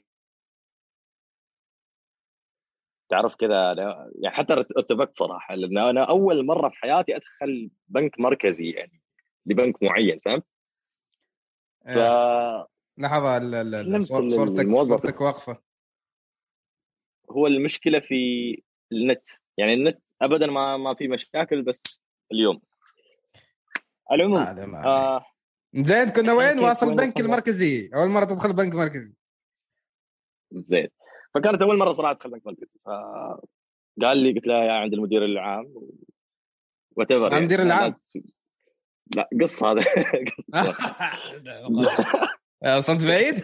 S1: تعرف كذا يعني حتى ارتبكت صراحه، لان انا اول مره في حياتي ادخل بنك مركزي يعني لبنك معين، فهمت؟ ف
S2: Yeah. لحظة، ال- ال- ال-
S1: كلمت
S2: صور- صورتك
S1: الموظف.
S2: صورتك واقفة.
S1: هو المشكله في النت، يعني النت ابدا ما ما في مشاكل، بس اليوم على العموم
S2: ما عليه ما عليه.
S1: آه
S2: زين، كنا
S1: احنا
S2: وين؟
S1: كيف
S2: واصل
S1: وين
S2: البنك
S1: وصلنا؟
S2: المركزي، أول مرة تدخل بنك مركزي.
S1: زين. فكانت اول مره صراحه ادخل بنك مركزي، فقال لي قلت له يا عند المدير العام وات ايفر،
S2: مع
S1: يعني
S2: مدير
S1: لا لا
S2: العام.
S1: لا قص هذا قص.
S2: وصلت بعيد.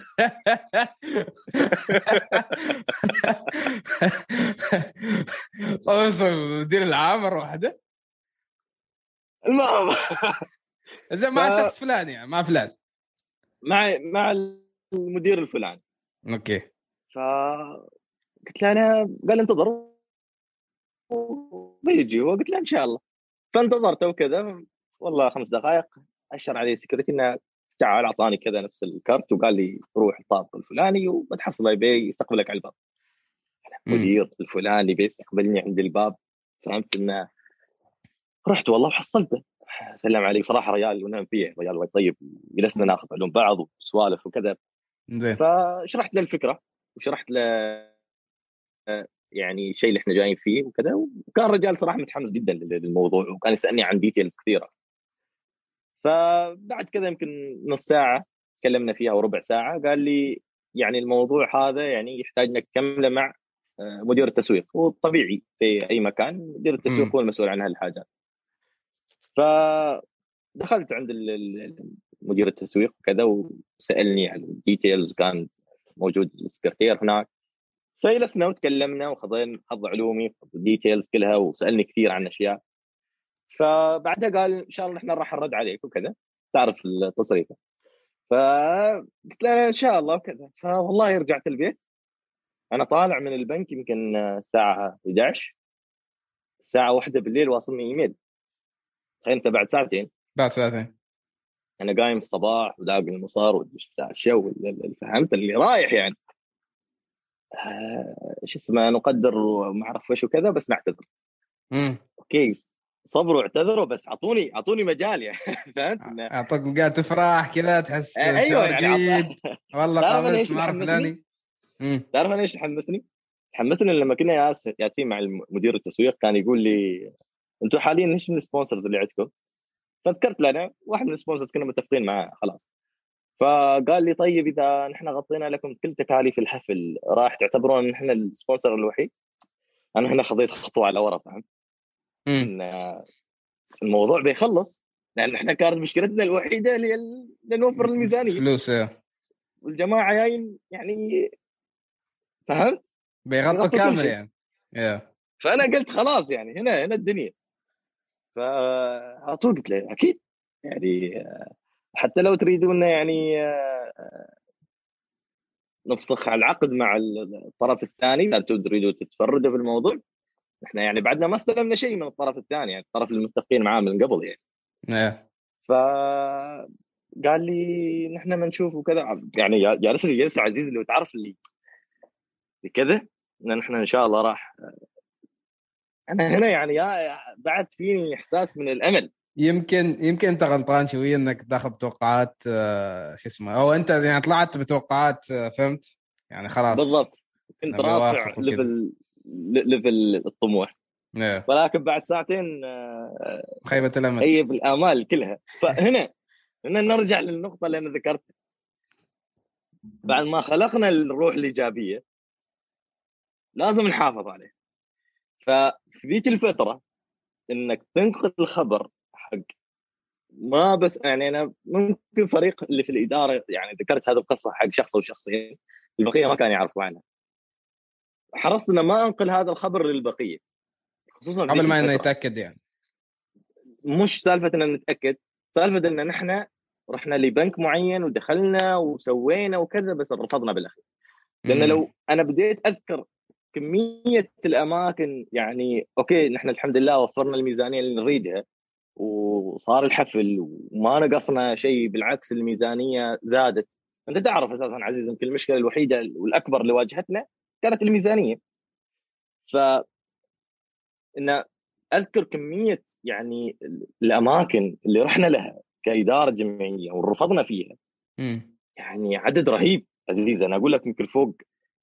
S2: خلاص مدير العام مرة واحدة.
S1: المهم
S2: زين،
S1: ف...
S2: مع شخص فلان يعني، مع فلان.
S1: مع مع المدير الفلاني.
S2: اوكي.
S1: فقلت له انا، قال انتظر بيجي هو، قلت له ان شاء الله. فانتظرته وكذا، والله خمس دقائق اشر علي سكرتي انه تعال اعطاني كذا نفس الكارت وقال لي روح الطابق الفلاني وبتحصل بي يستقبلك على الباب.
S2: امم
S1: مدير الفلاني بيستقبلني عند الباب، فهمت انه رحت والله وحصلته. سلم علي صراحه ريال ونام فيه، ريال وايد طيب، جلسنا ناخذ علوم بعض وسوالف وكذا.
S2: زين.
S1: فشرحت له الفكره وشرحت له يعني الشيء اللي احنا جايين فيه وكذا، وكان رجال صراحه متحمس جدا للموضوع وكان يسالني عن ديتيلز كثيره. فبعد كذا يمكن نص ساعه تكلمنا فيها او ربع ساعه، قال لي يعني الموضوع هذا يعني يحتاج انك تكمله مع مدير التسويق، وطبيعي في اي مكان مدير التسويق
S2: مم.
S1: هو المسؤول عن هالحاجات. فدخلت عند ال- ال- مدير التسويق وكذا وسالني عن الديتيلز، كان موجود السكرتير هناك، فجلسنا وتكلمنا وخذنا خض علومي الديتيلز كلها وسالني كثير عن اشياء. فبعدها قال ان شاء الله احنا راح نرد عليك وكذا، تعرف التصريفه. فقلت له ان شاء الله وكذا. فوالله رجعت البيت، انا طالع من البنك يمكن الساعه إحدى عشر، الساعه واحدة بالليل واصلني ايميل. تخيل انت بعد ساعتين،
S2: بعد ساعتين
S1: انا قايم الصباح وداق المصار والشو اللي فهمت اللي رايح يعني آه، شو اسمه نقدر وما اعرف ايش وكذا، بس نعتذر.
S2: امم
S1: اوكي صبروا اعتذروا بس اعطوني اعطوني مجال يعني فهمت انه
S2: اعطوك قاعد تفرح كذا، تحس
S1: آه، ايوه
S2: شعور
S1: يعني عط...
S2: جيد. والله
S1: تعرف انا
S2: قابلت
S1: ايش اللي
S2: معرف
S1: حمسني؟
S2: فلاني. امم
S1: تعرف انا ايش اللي حمسني؟ حمسني لما كنا ياس ياسين مع مدير التسويق كان يقول لي انتم حاليا ايش من السبونسرز اللي عندكم؟ فذكرت لنا واحد من السبونسرز كنا متفقين معاه خلاص. فقال لي طيب اذا نحن غطينا لكم كل تكاليف الحفل راح تعتبرون ان احنا السبونسر الوحيد؟ انا هنا خذيت خطوه على ورا، فهمت
S2: امم
S1: ان الموضوع بيخلص، لان احنا كانت مشكلتنا الوحيده اللي اللي نوفر الميزانيه
S2: فلوس إيه.
S1: والجماعه جايين يعني فهمت
S2: بيغطوا
S1: يغطوا كل
S2: كامل
S1: شيء.
S2: يعني. يا
S1: فانا قلت خلاص يعني هنا هنا الدنيا. فعلى طول قلت له اكيد يعني حتى لو تريدون يعني نفسخ على العقد مع الطرف الثاني، لا تريدوا تتفردوا في الموضوع، احنا يعني بعدنا ما استلمنا شيء من الطرف الثاني، يعني الطرف اللي متفقين معاه من قبل يعني.
S2: يا
S1: ف قال لي نحن ما نشوف وكذا، يعني جالس لي جلسه عزيز اللي تعرف اللي كذا ان نحن ان شاء الله راح. انا هنا يعني يا بعد فيني احساس من الامل.
S2: يمكن يمكن انت غلطان شويه انك تاخذ توقعات آه، شو اسمه، او انت يعني طلعت بتوقعات آه، فهمت يعني خلاص
S1: بالضبط، كنت
S2: نبي
S1: رافع
S2: اوافق وكذا.
S1: ليفل ليفل الطموح،
S2: يا
S1: ولكن بعد ساعتين آه،
S2: خيبة الامل.
S1: خيب الامال كلها. فهنا هنا نرجع للنقطه اللي انا ذكرتها، بعد ما خلقنا الروح الايجابيه لازم نحافظ عليه. ففي ذيك الفتره انك تنقل الخبر حق ما بس يعني انا ممكن فريق اللي في الاداره يعني ذكرت هذه القصه حق شخص او شخصين، البقيه ما كانوا يعرفوا عنها. حرصت ان ما انقل هذا الخبر للبقيه خصوصا في
S2: قبل
S1: ذيك
S2: ما انه
S1: الفتره.
S2: يتاكد يعني.
S1: مش سالفه ان نتاكد، سالفه ان نحن رحنا لبنك معين ودخلنا وسوينا وكذا بس رفضنا بالاخير. لان
S2: امم
S1: لو انا بديت اذكر كميه الاماكن يعني اوكي نحن الحمد لله وفرنا الميزانيه اللي نريدها وصار الحفل وما نقصنا شيء، بالعكس الميزانيه زادت. انت تعرف اساسا عزيز يمكن المشكله الوحيده والاكبر اللي واجهتنا كانت الميزانيه. ف ان اذكر كميه يعني الاماكن اللي رحنا لها كاداره جمعيه ورفضنا فيها،
S2: امم
S1: يعني عدد رهيب عزيز. انا اقول لك يمكن فوق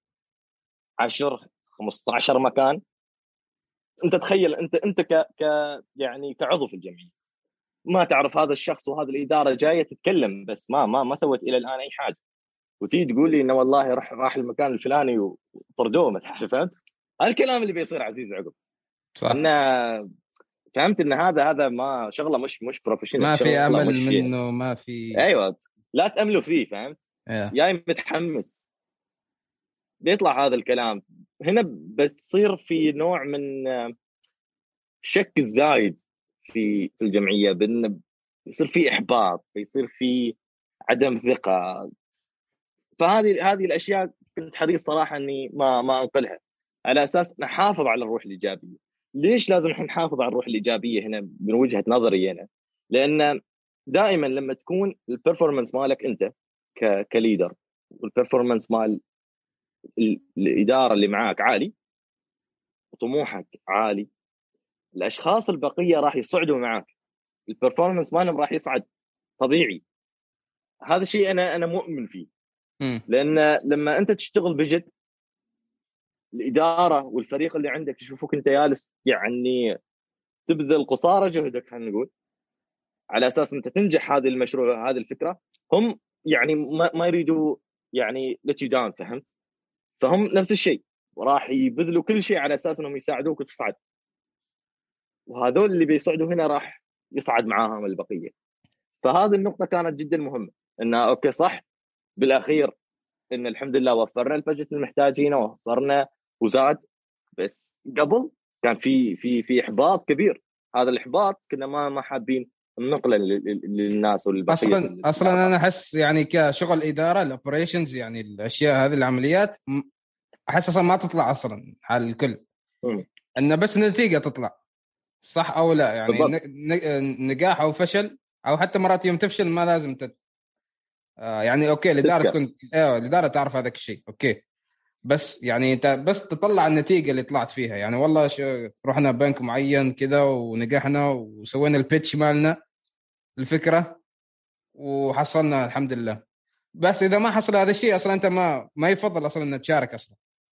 S1: عشرة خمسة عشر مكان. انت تخيل انت انت ك ك يعني كعضو في الجمعيه ما تعرف هذا الشخص وهذه الاداره جايه تتكلم بس ما ما ما سوت الى الان اي حاجه، وتيجي تقول لي انه والله راح راح المكان الفلاني وطردوه مثلا. فهمت الكلام اللي بيصير عزيز عقب
S2: صح.
S1: انه فهمت ان هذا هذا ما شغله مش مش بروفيشنال،
S2: ما في
S1: شغله
S2: امل
S1: مش
S2: منه، ما في.
S1: ايوه لا تاملوا فيه. فهمت
S2: يا
S1: جاي متحمس بيطلع هذا الكلام هنا، بس تصير في نوع من الشك الزايد في في الجمعيه، بان يصير في احباط، يصير في عدم ثقه. فهذه هذه الاشياء كنت حريص صراحه اني ما ما انقلها على اساس نحافظ على الروح الايجابيه. ليش لازم احنا نحافظ على الروح الايجابيه هنا من وجهه نظري انا؟ لان دائما لما تكون البرفورمانس مالك انت ك كليدر والبرفورمانس مال الاداره اللي معاك عالي وطموحك عالي، الاشخاص البقيه راح يصعدوا معاك، البرفورمانس مالهم راح يصعد طبيعي. هذا الشيء انا انا مؤمن فيه.
S2: مم.
S1: لان لما انت تشتغل بجد الاداره والفريق اللي عندك يشوفوك انت جالس يعني تبذل قصارى جهدك، خلينا نقول، على اساس انت تنجح هذا المشروع، هذه الفكره. هم يعني ما, ما يريدوا يعني let you down، فهمت؟ فهم نفس الشيء، وراح يبذلوا كل شيء على اساس انهم يساعدوك وتصعد، وهذول اللي بيصعدوا هنا راح يصعد معاهم البقيه. فهذه النقطه كانت جدا مهمه، انها اوكي صح بالاخير ان الحمد لله وفرنا البجت المحتاجينه، وفرنا وزاد، بس قبل كان في في في احباط كبير. هذا الاحباط كنا ما ما حابين ننقله للناس والبقيه
S2: اصلا اصلا
S1: العلاقات.
S2: انا احس يعني كشغل اداره الاوبريشنز، يعني الاشياء هذه العمليات، م- احس اصلا ما تطلع اصلا حال الكل،
S1: مم.
S2: ان بس نتيجه تطلع صح او لا، يعني
S1: بالضبط.
S2: ن- ن- نجاح او فشل، او حتى مرات يوم تفشل ما لازم تت... آه يعني اوكي الاداره
S1: تذكر.
S2: تكون ايوه الاداره تعرف هذاك الشيء اوكي، بس يعني انت بس تطلع النتيجه اللي طلعت فيها، يعني والله شو رحنا بنك معين كذا ونجحنا وسوينا البيتش مالنا الفكره وحصلنا الحمد لله. بس اذا ما حصل هذا الشيء اصلا انت ما ما يفضل اصلا انك تشارك اصلا.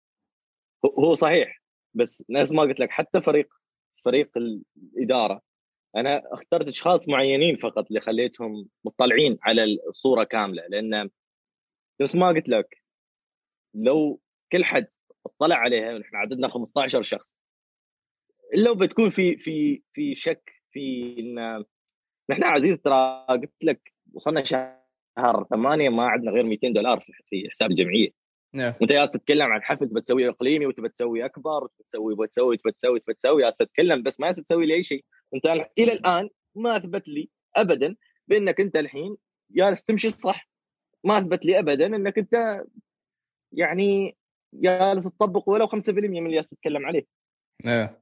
S1: هو هو صحيح، بس نفس ما قلت لك حتى فريق فريق الاداره، انا اخترت اشخاص معينين فقط اللي خليتهم مطلعين على الصوره كامله، لان نفس ما قلت لك لو كل حد اطلع عليها، نحن عددنا خمسة عشر شخص، لو بتكون في في في شك في ان نحن عزيز ترى قلت لك وصلنا شهر ثمانية ما عندنا غير مئتين دولار في في حساب الجمعيه.
S2: نعم.
S1: وانت جالس تتكلم عن حفل تبى تسويه اقليمي، وتبى تسوي اكبر، وتبى تسوي تبى تسوي تبى تسوي تبى تسوي جالس تتكلم بس ما تسوي لي اي شيء. انت الى الان ما اثبت لي ابدا بانك انت الحين جالس تمشي صح، ما اثبت لي ابدا انك انت يعني جالس تطبق ولو خمسة بالمئة من اللي جالس تتكلم عليه.
S2: نعم.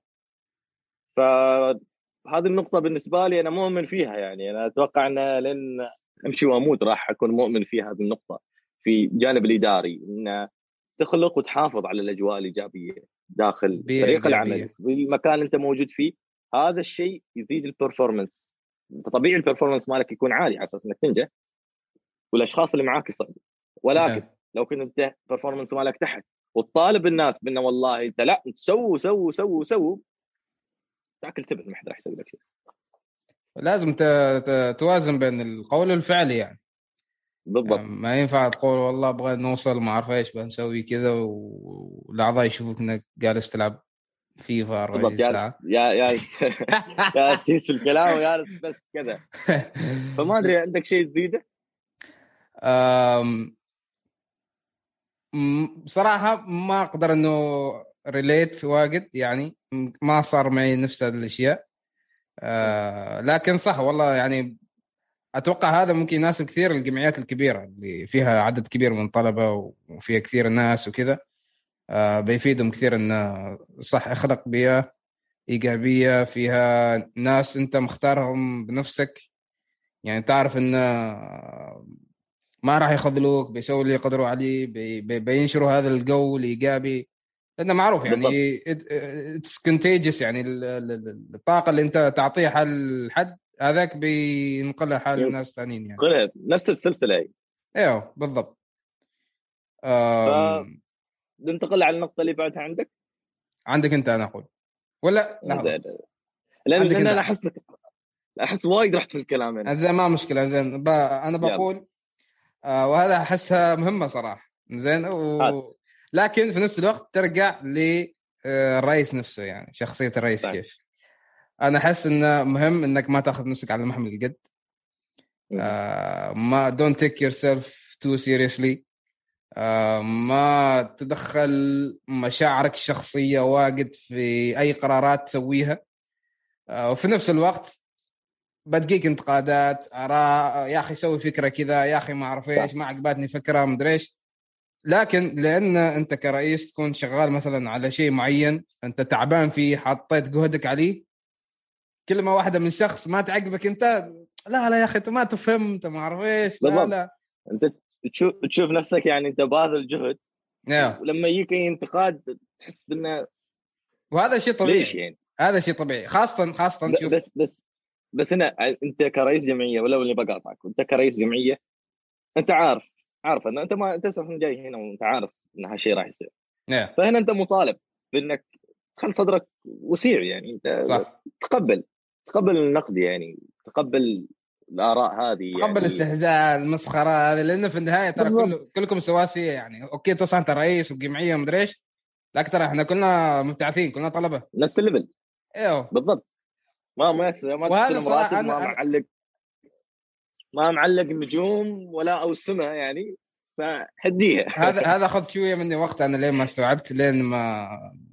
S1: فهذه النقطة بالنسبة لي أنا مؤمن فيها، يعني أنا أتوقع أن لن أمشي وأموت راح أكون مؤمن في هذه النقطة في الجانب الإداري، أن تخلق وتحافظ على الأجواء الإيجابية داخل
S2: بيئه
S1: فريق العمل
S2: ايجابيه.
S1: في المكان اللي أنت موجود فيه. هذا الشيء يزيد البرفورمانس، طبيعي البرفورمانس مالك يكون عالي على أساس أنك تنجح والأشخاص اللي معاك يصعدوا. ولكن
S2: نعم.
S1: لو كنت أنت برفورمانس مالك تحت وتطالب الناس بأنه والله أنت لا سووا سووا سووا سووا، تاكل تبت ما حد راح يسوي لك شيء.
S2: لازم ت... ت... توازن بين القول والفعل يعني. يعني
S1: بالضبط.
S2: ما ينفع تقول والله ابغى نوصل ما اعرف ايش بنسوي كذا والاعضاء يشوفوك انك جالس تلعب فيفا أربعة وعشرين
S1: بالضبط جالس
S2: ساعه.
S1: يا جالس جالس تهز الكلام وجالس بس كذا. فما ادري عندك شيء تزيده؟
S2: أم... م- بصراحه ما اقدر انه ريليت واجد، يعني م- ما صار معي نفس هذه الاشياء. أه... لكن صح والله، يعني اتوقع هذا ممكن يناسب كثير الجمعيات الكبيره اللي فيها عدد كبير من الطلبه وفيها كثير ناس وكذا. أه... بيفيدهم كثير انه صح اخلق بيئه ايجابيه فيها ناس انت مختارهم بنفسك، يعني تعرف ان ما راح يخذلوك، بيسووا اللي يقدروا عليه، بي بي بينشروا هذا الجو الايجابي، لانه معروف
S1: بالضبط.
S2: يعني اتس كونتيجيوس، يعني ال- ال- الطاقه اللي انت تعطيها حال حد هذاك بينقلها حال الناس الثانيين يعني.
S1: ينقلها نفس السلسله هي.
S2: ايوه بالضبط. أم...
S1: فننتقل على النقطه اللي بعدها عندك.
S2: عندك انت انا اقول ولا لحظه؟
S1: زين. لان
S2: عندك
S1: لان
S2: انت.
S1: انا احس احس وايد رحت في الكلام هنا.
S2: زين ما مشكله. زين ب... انا
S1: يلا
S2: بقول آه وهذا احسها مهمه صراحه. زين
S1: هات.
S2: و... لكن في نفس الوقت ترجع للرئيس نفسه، يعني شخصيه الرئيس
S1: طيب.
S2: كيف. انا احس انه مهم انك ما تاخذ نفسك على محمل القد.
S1: مهم.
S2: آه ما don't take yourself too seriously. آه ما تدخل مشاعرك الشخصيه واجد في اي قرارات تسويها. آه وفي نفس الوقت بتجيك انتقادات، اراء، يا اخي سوي فكره كذا، يا اخي ما اعرف
S1: صح.
S2: ايش، ما عجبتني فكره مدري ايش. لكن لان انت كرئيس تكون شغال مثلا على شيء معين انت تعبان فيه، حطيت جهدك عليه، كلمه واحده من شخص ما تعجبك انت، لا لا يا اخي انت ما تفهم، انت ما اعرف ايش، لا
S1: بالضبط.
S2: لا.
S1: انت تشوف تشوف نفسك يعني انت باذل جهد،
S2: يا.
S1: ولما يجيك أي انتقاد تحس بانه
S2: وهذا شيء
S1: ليش
S2: طبيعي.
S1: يعني.
S2: هذا شيء طبيعي، خاصه خاصه
S1: ب-
S2: شوف.
S1: بس بس بس هنا انت كرئيس جمعيه، ولا اللي بقاطعك، انت كرئيس جمعيه انت عارف عارف ان انت ما انت اساسا جاي هنا وانت عارف ان هالشيء راح يصير.
S2: yeah.
S1: فهنا انت مطالب بانك تخلي صدرك وسيع، يعني انت
S2: صح،
S1: تقبل تقبل النقد، يعني تقبل الاراء هذه
S2: تقبل
S1: يعني.
S2: الاستهزاء المسخره هذه، لانه في النهايه ترى
S1: بالضبط.
S2: كل كلكم سواسيه يعني. اوكي انت صح، انت رئيس وجمعيه ومدري ايش، لكن ترى احنا كلنا مبتعثين، كلنا طلبه.
S1: نفس الليفل.
S2: ايوه.
S1: بالضبط. ما ما يس- ما
S2: وهذا
S1: تستلم
S2: صراحه
S1: راتب، ما
S2: انا انا
S1: معلق ما معلق نجوم ولا او السماء يعني، فحديها.
S2: هذا هذا اخذ شويه مني وقت، انا لين ما استوعبت، لين ما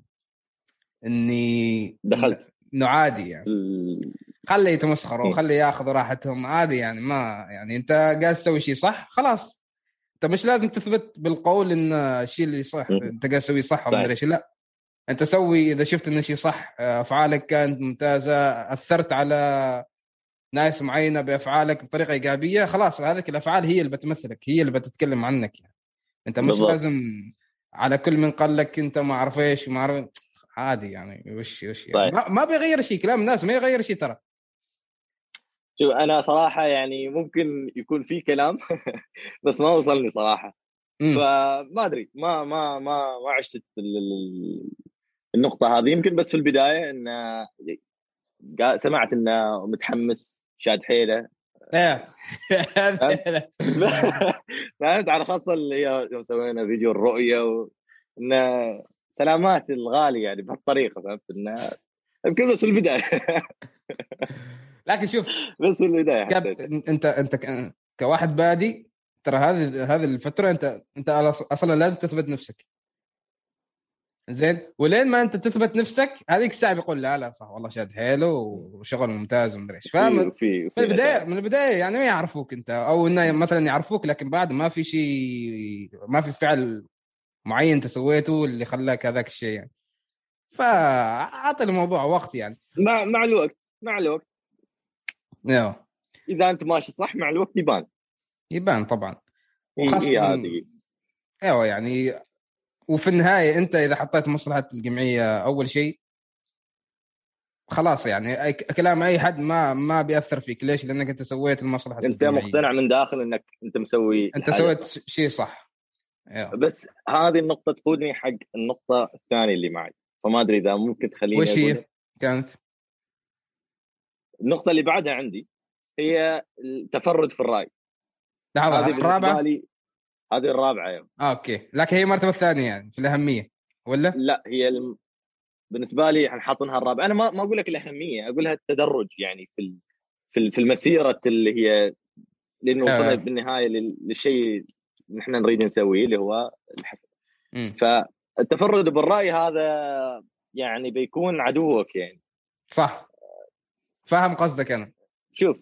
S2: اني
S1: دخلت
S2: انه عادي يعني.
S1: ال...
S2: خلي يتمسخروا
S1: م-
S2: وخلي ياخذوا راحتهم عادي يعني. ما يعني انت قاعد تسوي شيء صح خلاص، انت مش لازم تثبت بالقول ان الشيء اللي صح
S1: م-
S2: انت قاعد تسويه صح ولا
S1: طيب.
S2: ايش. لا، انت سوي اذا شفت ان شيء صح، افعالك كانت ممتازه، اثرت على ناس معينه بافعالك بطريقه ايجابيه، خلاص هذه الافعال هي اللي بتمثلك، هي اللي بتتكلم عنك يعني. انت مش
S1: بالضبط.
S2: لازم على كل من قال لك انت ما اعرف ايش وما اعرف. عادي يعني، وش وش يعني،
S1: طيب
S2: ما, ما بيغير شيء كلام الناس، ما يغير شيء ترى.
S1: شوف، انا صراحه يعني ممكن يكون في كلام بس ما وصلني صراحه.
S2: امم
S1: فما ادري، ما ما ما ما عشت ال- ال- النقطه هذه. يمكن بس في البدايه ان قا- سمعت انه متحمس شاد حيله.
S2: ايه
S1: فهمت. فهمت، على خاصه اللي هي يوم سوينا فيديو الرؤيه و... انه سلامات الغالي يعني بهالطريقه. فهمت انه يمكن بس في البدايه.
S2: لكن شوف،
S1: بس في البدايه
S2: كب...
S1: حسيت.
S2: انت انت ك... كواحد بادي، ترى هذه هذه الفتره انت انت اصلا لازم تثبت نفسك زين. ولين ما انت تثبت نفسك هذيك الساعه بيقول لا لا صح والله شاد حيله وشغل ممتاز ومدري ايش. فاهم؟
S1: وفي
S2: من
S1: وفي وفي
S2: البدايه،
S1: نتائج.
S2: من البدايه يعني ما يعرفوك انت، او انه مثلا يعرفوك لكن بعد ما في شيء، ما في فعل معين انت سويته اللي خلاك هذاك الشيء يعني. فاعطي الموضوع وقت يعني.
S1: مع مع الوقت مع الوقت
S2: ايوه
S1: اذا انت ماشي صح مع الوقت يبان.
S2: يبان طبعا.
S1: اي اي
S2: وخاصه
S1: هذه.
S2: ايوه يعني. وفي النهايه انت اذا حطيت مصلحه الجمعيه اول شيء، خلاص يعني أي كلام اي حد ما ما بيأثر فيك. ليش؟ لانك انت سويت لمصلحه
S1: انت
S2: الجمعيه،
S1: مقتنع من داخل انك انت مسوي
S2: انت
S1: الحاجه
S2: سويت
S1: صح.
S2: شيء صح. ايوه.
S1: بس هذه النقطه تقودني حق النقطه الثانيه اللي معي، فما ادري اذا ممكن تخليني
S2: وش
S1: اقول
S2: هي
S1: لك.
S2: كانت؟
S1: النقطه اللي بعدها عندي هي التفرد في الراي.
S2: لحظه،
S1: هذه
S2: هذه
S1: بالنسبه
S2: الرابعه؟
S1: لي هذه الرابعه يوم.
S2: آه، اوكي، لكن هي المرتبه الثانيه يعني في الاهميه ولا؟
S1: لا، هي الم... بالنسبه لي احنا حاطينها الرابعه. انا ما ما اقول لك الاهميه، اقولها التدرج يعني في ال... في ال- في المسيره اللي هي، لانه وصلنا
S2: آه.
S1: بالنهايه لل... للشيء اللي احنا نريد نسويه اللي هو الحفل.
S2: امم
S1: فالتفرد بالراي هذا يعني بيكون عدوك يعني.
S2: صح، فاهم قصدك انا.
S1: شوف،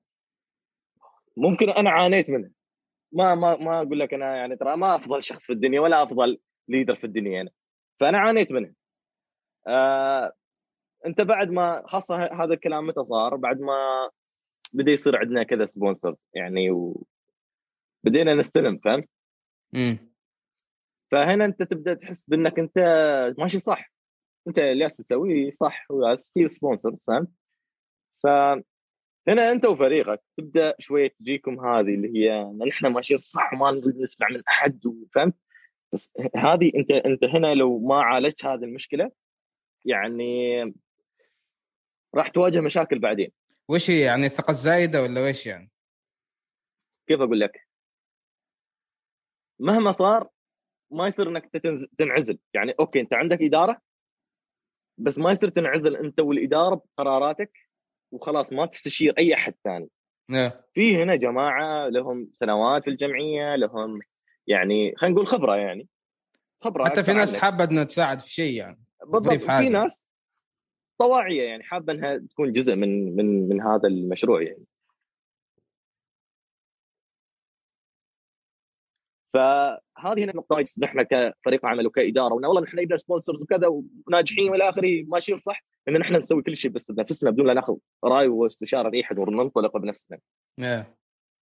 S1: ممكن انا عانيت منه. ما ما ما اقول لك انا يعني ترى ما افضل شخص في الدنيا ولا افضل ليدر في الدنيا انا. فانا عانيت منه. آه انت بعد ما خاصه هذا الكلام متى صار؟ بعد ما بدا يصير عندنا كذا سبونسرز يعني، وبدينا نستلم. فهمت؟
S2: امم
S1: فهنا انت تبدا تحس بانك انت ماشي صح، انت اللي تسويه صح وستيل سبونسرز. فهمت؟ فهنا انت وفريقك تبدا شويه تجيكم هذه اللي هي ان احنا ماشيين صح وما نريد نسمع من احد. فهمت؟ بس هذه انت انت هنا لو ما عالجت هذه المشكله يعني راح تواجه مشاكل بعدين.
S2: وش هي يعني؟ الثقه الزايده ولا وش يعني؟
S1: كيف اقول لك؟ مهما صار ما يصير انك تتنز- تنعزل. يعني اوكي انت عندك اداره، بس ما يصير تنعزل انت والاداره بقراراتك وخلاص ما تستشير اي احد ثاني.
S2: آه.
S1: في هنا جماعه لهم سنوات في الجمعيه، لهم يعني خلينا نقول خبره، يعني خبره
S2: حتى في
S1: اكثر
S2: ناس
S1: عنك.
S2: حابه انها تساعد في شيء يعني،
S1: بالضبط.
S2: تضيف
S1: وفي
S2: حاجه يعني.
S1: ناس طواعيه يعني حابه انها تكون جزء من من من هذا المشروع يعني. فهذه هنا النقطه. نحن كفريق عمل وكاداره ونا والله نحن نبدا سبونسرز وكذا وناجحين والى اخره ماشيين صح، ان نحن نسوي كل شيء بس بنفسنا بدون لا ناخذ راي واستشاره اي احد وننطلق بنفسنا.
S2: آه.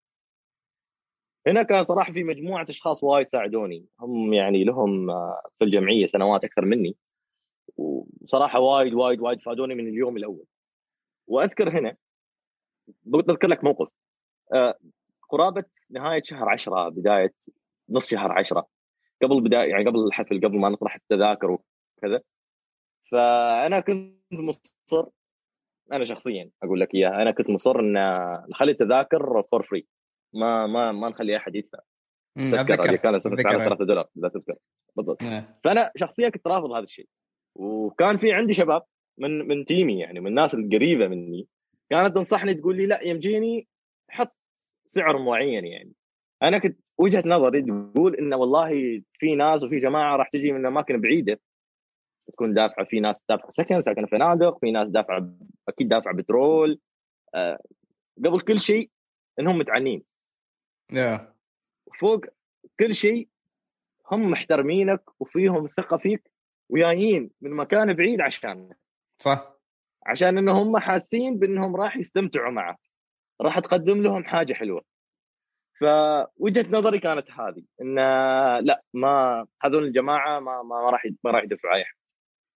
S1: هنا كان صراحه في مجموعه اشخاص وايد ساعدوني، هم يعني لهم آه، في الجمعيه سنوات اكثر مني، وصراحه وايد وايد وايد فادوني من اليوم الاول. واذكر هنا بذكر لك موقف. آه، قرابه نهايه شهر عشرة بدايه نص شهر عشرة، قبل بدايه يعني قبل الحفل، قبل ما نطرح التذاكر وكذا. فانا كنت مصر، انا شخصيا اقول لك اياها، انا كنت مصر ان نخلي التذاكر فور فري، ما ما ما نخلي احد يدفع
S2: امم
S1: تذكره اللي
S2: اتذكر
S1: كان سعرها
S2: اتذكر
S1: ثلاثة دولار لا تذكر بالضبط.
S2: إيه.
S1: فانا شخصيا كنت رافض هذا الشيء، وكان في عندي شباب من من تيمي يعني من الناس القريبه مني كانت تنصحني تقول لي لا يمجيني حط سعر معين. يعني انا كنت وجهه نظري تقول انه والله في ناس وفي جماعه راح تجي من اماكن بعيده تكون دافعه، في ناس دافعه سكن ساكنه فنادق، في ناس دافعه اكيد دافعه بترول، آه، قبل كل شيء انهم متعنين
S2: yeah.
S1: فوق كل شيء هم محترمينك وفيهم ثقه فيك وجايين من مكان بعيد عشان
S2: صح،
S1: عشان انهم هم حاسين بانهم راح يستمتعوا معك، راح تقدم لهم حاجه حلوه. فوجهه نظري كانت هذه ان لا، ما هذول الجماعه ما ما راح ما راح يدفعوا اي حاجه.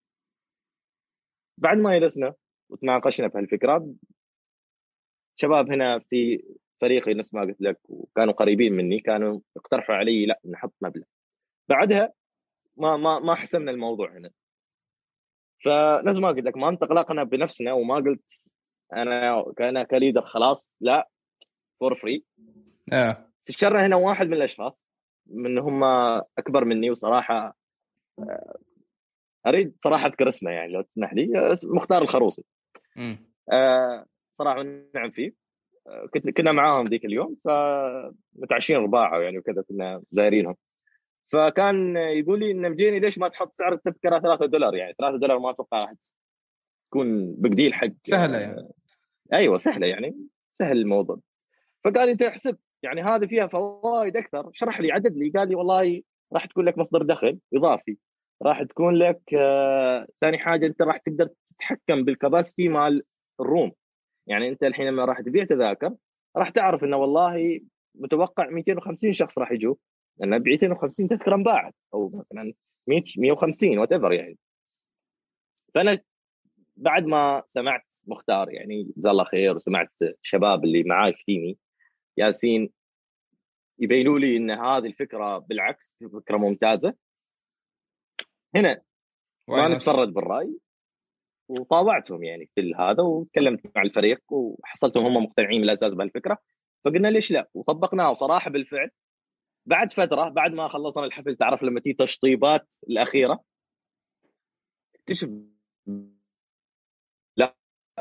S1: بعد ما جلسنا وتناقشنا في هالفكره، شباب هنا في فريقي نفس ما قلت لك وكانوا قريبين مني كانوا اقترحوا علي لا نحط مبلغ. بعدها ما ما ما حسمنا الموضوع هنا. فنفس ما قلت لك ما انطلقنا بنفسنا وما قلت انا كان كليدر خلاص لا فور فري.
S2: yeah.
S1: استشرنا هنا واحد من الاشخاص من هم اكبر مني، وصراحه اريد صراحه اذكر اسمه يعني لو تسمح لي، مختار الخروصي.
S2: امم
S1: أه صراحه نعم فيه. أه كنت كنا معاهم ذيك اليوم فمتعشين رباعه يعني وكذا كنا زايرينهم. فكان يقول لي ان مجيني ليش ما تحط سعر التذكره ثلاثة دولار، يعني ثلاثة دولار ما اتوقع راح تكون بقديل حق
S2: سهله يعني.
S1: ايوه سهله يعني سهل الموضوع. فقال لي انت احسب يعني هذه فيها فوائد اكثر، شرح لي عدد لي قال لي والله راح تكون لك مصدر دخل اضافي، راح تكون لك آه، ثاني حاجه انت راح تقدر تتحكم بالكباسيتي مال الروم. يعني انت الحين لما راح تبيع تذاكر راح تعرف انه والله متوقع مئتين وخمسين شخص راح يجوا، لان ب مئتين وخمسين تذكره انباعت، او مثلا مئة مئة وخمسين وات ايفر يعني. فانا بعد ما سمعت مختار يعني جزاه الله خير، وسمعت الشباب اللي معاي في تيمي ياسين يبينوا لي ان هذه الفكره بالعكس فكره ممتازه، هنا
S2: واي
S1: ما
S2: نوت.
S1: نتفرد بالراي. وطاوعتهم يعني في هذا وتكلمت مع الفريق وحصلتهم هم مقتنعين بالاساس بهالفكره، فقلنا ليش لا، وطبقناها. وصراحه بالفعل بعد فتره بعد ما خلصنا الحفل تعرف لما تيجي تشطيبات الاخيره اكتشف لا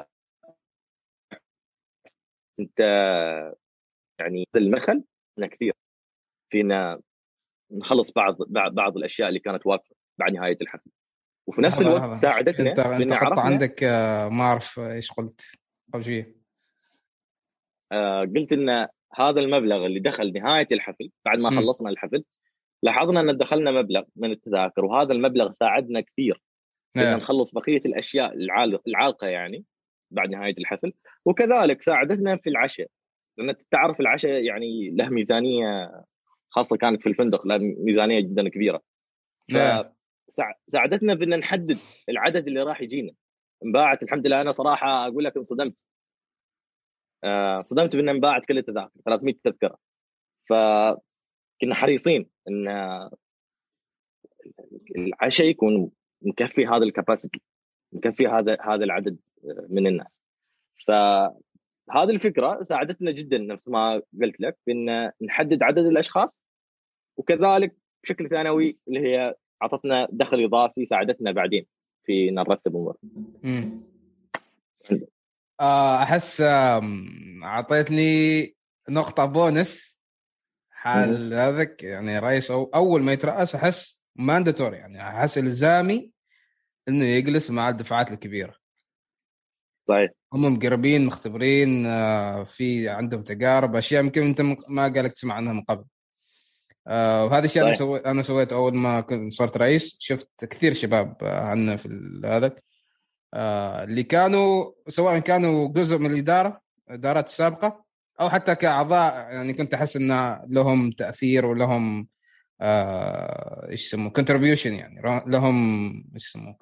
S1: انت يعني المخل كثير فينا نخلص بعض بعض بعض الاشياء اللي كانت واقفه بعد نهايه الحفل، وفي نفس
S2: لحظه
S1: الوقت
S2: لحظه، انت
S1: ساعدتنا
S2: انت
S1: بان
S2: خط
S1: عرفنا.
S2: عندك آه، ما اعرف ايش قلت قبل شويه.
S1: آه قلت ان هذا المبلغ اللي دخل نهايه الحفل بعد ما
S2: امم
S1: خلصنا الحفل لاحظنا ان دخلنا مبلغ من التذاكر، وهذا المبلغ ساعدنا كثير بان
S2: yeah.
S1: نخلص بقيه الاشياء العالقه العالقه يعني بعد نهايه الحفل. وكذلك ساعدتنا في العشاء، لان تعرف العشاء يعني له ميزانيه خاصه، كانت في الفندق له ميزانيه جدا كبيره.
S2: yeah.
S1: فساعدتنا بان نحدد العدد اللي راح يجينا. انباعت الحمد لله، انا صراحه اقول لك انصدمت، آه صدمت بان انباعت كل التذاكر ثلاثمئة تذكره. فكنا حريصين ان العشاء يكون مكفي هذا الكباسيتي، مكفي هذا هذا العدد من الناس. فهذه الفكره ساعدتنا جدا نفس ما قلت لك بان نحدد عدد الاشخاص، وكذلك بشكل ثانوي اللي هي اعطتنا دخل اضافي ساعدتنا بعدين في ان نرتب امور.
S2: امم آه، احس آم، اعطيتني نقطه بونس حال هذاك، يعني رئيس أو اول ما يترأس احس مانداتوري، يعني احس الزامي انه يجلس مع الدفعات الكبيره.
S1: صحيح
S2: هم مقربين مختبرين، آه، في عندهم تجارب اشياء يمكن انت ما قالك تسمع عنها من قبل. آه، وهذا الشيء انا
S1: صحيح
S2: سويت انا سويت اول ما كنت صرت رئيس. شفت كثير شباب آه، عنا في هذا آه، اللي كانوا سواء كانوا جزء من الاداره الادارات السابقه او حتى كاعضاء، يعني كنت احس ان لهم تاثير ولهم آه، ايش يسموه كونتريبيوشن، يعني لهم ايش يسموه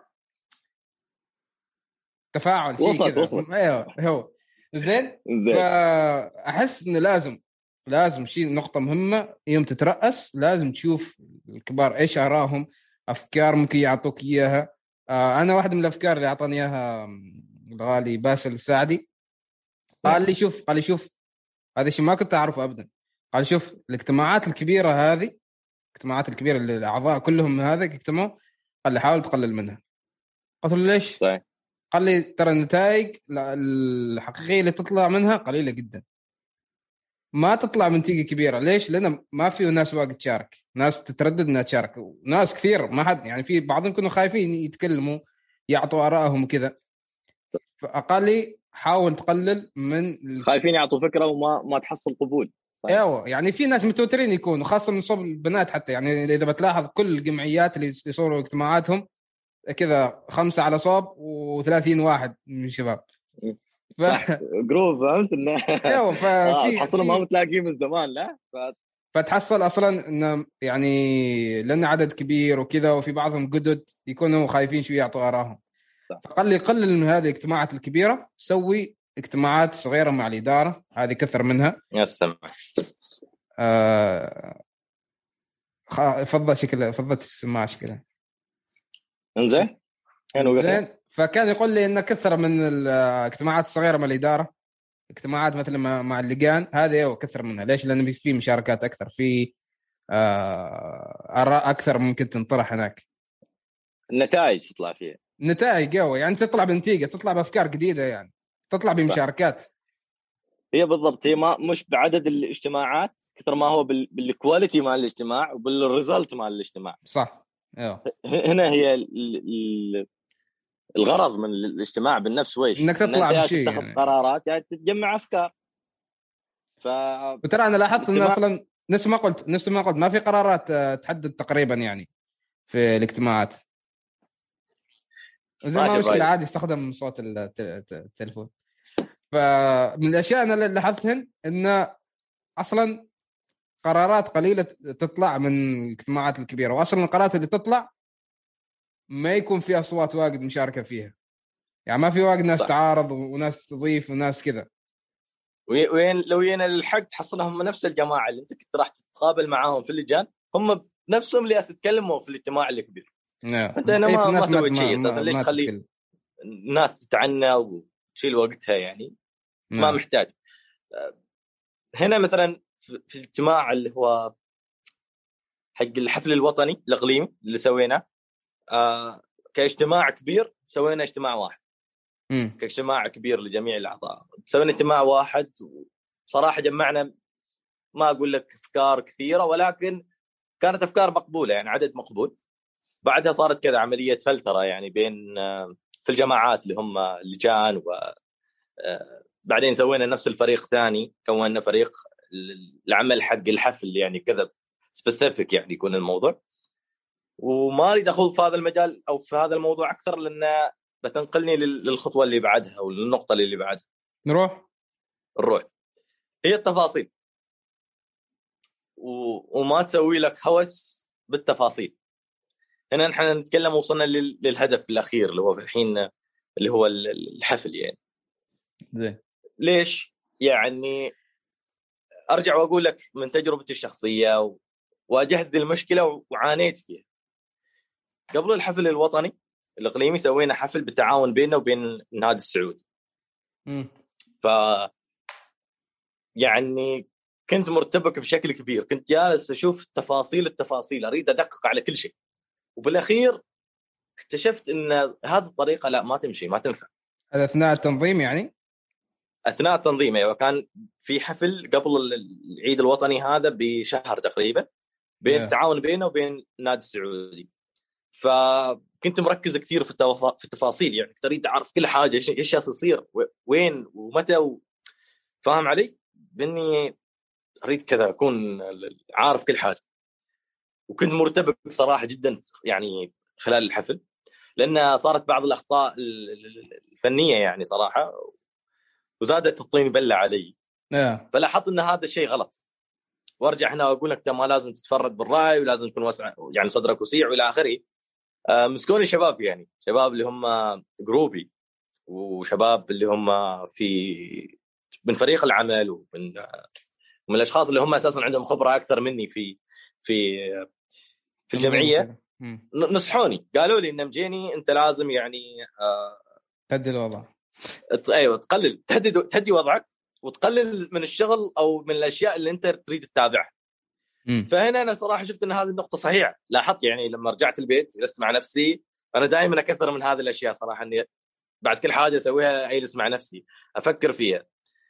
S2: تفاعل شيء
S1: وصلت
S2: كذا.
S1: وصلت
S2: ايوه هو زين.
S1: زين
S2: فاحس انه لازم لازم شيء نقطة مهمة يوم تترأس لازم تشوف الكبار إيش أراهم، أفكار ممكن يعطوك إياها. آه أنا واحد من الأفكار اللي أعطاني إياها الغالي باسل الساعدي، قال لي شوف قال لي شوف هذا الشيء ما كنت أعرفه أبدا. قال شوف الاجتماعات الكبيرة هذه، الاجتماعات الكبيرة اللي الأعضاء كلهم هذا يجتمعوا، قال لي حاول تقلل منها. قلت له ليش؟
S1: صحيح.
S2: قال لي ترى النتائج الحقيقية اللي تطلع منها قليلة جدا، ما تطلع منتيجة كبيرة. ليش؟ لأن ما في ناس واقف تشارك، ناس تتردد انها تشارك، ناس كثير ما حد يعني، في بعضهم كانوا خايفين يتكلموا يعطوا آرائهم وكذا. فقال لي حاول تقلل من ال...
S1: خايفين يعطوا فكرة وما ما تحصل قبول.
S2: ايوه يعني في ناس متوترين يكونوا، خاصة من صوب البنات حتى. يعني إذا بتلاحظ كل الجمعيات اللي يصوروا اجتماعاتهم كذا خمسة على صوب وثلاثين واحد من الشباب. ف...
S1: صح، جروب فهمت انه
S2: ايوه
S1: اه
S2: ففي
S1: تحصلهم ما متلاقيين من زمان. لا ف...
S2: فتحصل اصلا انه يعني لان عدد كبير وكذا، وفي بعضهم جدد يكونوا خايفين شويه يعطوا آراءهم. فقال لي قلل من هذه الاجتماعات الكبيره، سوي اجتماعات صغيره مع الاداره، هذه كثر منها.
S1: يا سمع.
S2: آه... فضل شكله فضلت السماعه شكلها
S1: انزين
S2: زين. فكان يقول لي انه كثر من الاجتماعات الصغيره مع الاداره، اجتماعات مثلا مع اللجان هذه ايوه كثر منها. ليش؟ لان في مشاركات اكثر، في آراء اكثر ممكن تنطرح هناك،
S1: النتائج تطلع فيها
S2: نتائج قوي يعني، تطلع بنتيجه، تطلع بافكار جديده يعني، تطلع بمشاركات.
S1: هي بالضبط، هي ما مش بعدد الاجتماعات كثر ما هو بال... بالكواليتي مال الاجتماع وبالريزلت مال الاجتماع.
S2: صح ايوه.
S1: هنا هي ال... ال... الغرض من الاجتماع بالنفس ويش
S2: انك تطلع
S1: إن
S2: بشيء
S1: تتخذ
S2: يعني.
S1: قرارات يعني تتجمع افكار. ف
S2: وترى انا لاحظت
S1: الاجتماع...
S2: انه اصلا نفس ما قلت نفس ما قلت ما في قرارات تحدد تقريبا يعني في الاجتماعات. زي ما مشكله عادي استخدم صوت التليفون. فمن الاشياء انا اللي لاحظتهن انه اصلا قرارات قليله تطلع من الاجتماعات الكبيره، واصلا القرارات اللي تطلع ما يكون في اصوات واجد مشاركه فيها، يعني ما في واجد ناس تعارض وناس تضيف وناس كذا.
S1: وين لو جينا للحق تحصلهم نفس الجماعه اللي انت كنت راح تتقابل معاهم في اللجان، هم نفسهم اللي يتكلموا في الاجتماع الكبير.
S2: نعم.
S1: فانت هنا ما, ما سويت
S2: شيء
S1: اساسا. ليش تخلي الناس تتعنى وتشيل وقتها يعني؟ نعم. ما محتاج. هنا مثلا في الاجتماع اللي هو حق الحفل الوطني الاقليمي اللي سويناه آه كاجتماع كبير، سوينا اجتماع واحد.
S2: م.
S1: كاجتماع كبير لجميع الاعضاء سوينا اجتماع واحد، وصراحه جمعنا ما اقول لك افكار كثيره، ولكن كانت افكار مقبوله يعني، عدد مقبول. بعدها صارت كذا عمليه فلتره يعني بين آه في الجماعات اللي هم اللجان، و آه بعدين سوينا نفس الفريق ثاني، كوننا فريق العمل حق الحفل يعني كذا سبيسيفيك يعني يكون الموضوع. وما اريد اخوض في هذا المجال او في هذا الموضوع اكثر، لانه بتنقلني للخطوه اللي بعدها او للنقطه اللي بعدها.
S2: نروح
S1: نروح هي التفاصيل، و... وما تسوي لك هوس بالتفاصيل. هنا نحن نتكلم وصلنا لل... للهدف الاخير اللي هو في الحين اللي هو الحفل يعني.
S2: زين.
S1: ليش يعني ارجع واقول لك من تجربتي الشخصيه، و... واجهت المشكله وعانيت فيها. قبل الحفل الوطني الاقليمي سوينا حفل بالتعاون بيننا وبين النادي السعودي.
S2: م.
S1: ف يعني كنت مرتبك بشكل كبير، كنت جالس اشوف تفاصيل التفاصيل، اريد ادقق على كل شيء. وبالاخير اكتشفت ان هذه الطريقه لا ما تمشي، ما تنفع.
S2: هذا اثناء التنظيم يعني؟
S1: اثناء التنظيم ايوه. كان في حفل قبل العيد الوطني هذا بشهر تقريبا بين التعاون بينه وبين النادي السعودي. فكنت مركز كثير في في التفاصيل يعني، كنت اريد اعرف كل حاجه، ايش ايش يصير وين ومتى و... فاهم علي؟ باني اريد كذا اكون عارف كل حاجه. وكنت مرتبك صراحه جدا يعني خلال الحفل، لان صارت بعض الاخطاء الفنيه يعني صراحه، وزادت الطين بله علي. فلاحظت ان هذا الشيء غلط، وارجع هنا واقول لك ما لازم تتفرد بالراي، ولازم تكون واسع يعني صدرك وسيع والى اخره. مسكوني شباب يعني، شباب اللي هم جروبي، وشباب اللي هم في من فريق العمل ومن من الاشخاص اللي هم اساسا عندهم خبره اكثر مني في في في الجمعيه، نصحوني قالوا لي ان مجيني انت لازم يعني آه
S2: تهدي الوضع.
S1: ايوه تقلل تهدي تهدي وضعك وتقلل من الشغل او من الاشياء اللي انت تريد تتابعها. فهنا انا صراحه شفت ان هذه النقطه صحيحه. لاحظت يعني لما رجعت البيت جلست مع نفسي، انا دائما اكثر من هذه الاشياء صراحه، اني بعد كل حاجه اسويها اجلس مع نفسي افكر فيها.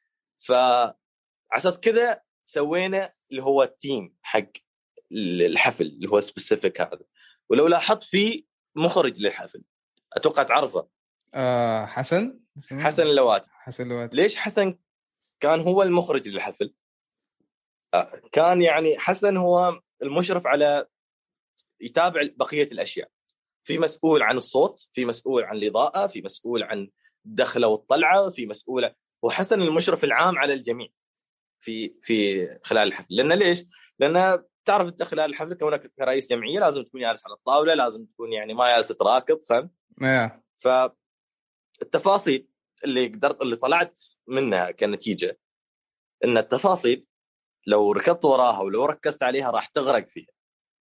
S1: فعساس كذا سوينا اللي هو التيم حق الحفل اللي هو سبيسيفيك هذا. ولو لاحظت في مخرج للحفل اتوقع تعرفه،
S2: آه حسن
S1: حسن اللواتي.
S2: حسن اللواتي.
S1: ليش حسن كان هو المخرج للحفل؟ آه كان يعني حسن هو المشرف على يتابع بقيه الاشياء. في مسؤول عن الصوت، في مسؤول عن الاضاءه، في مسؤول عن الدخله والطلعه، في مسؤول، وحسن المشرف العام على الجميع في في خلال الحفل. لان ليش؟ لان تعرف انت خلال الحفل كونك كرئيس جمعيه لازم تكون جالس على الطاوله، لازم تكون يعني ما جالس تراكض، فهمت؟
S2: yeah.
S1: فالتفاصيل اللي قدرت اللي طلعت منها كنتيجه ان التفاصيل لو ركضت وراها ولو ركزت عليها راح تغرق فيها،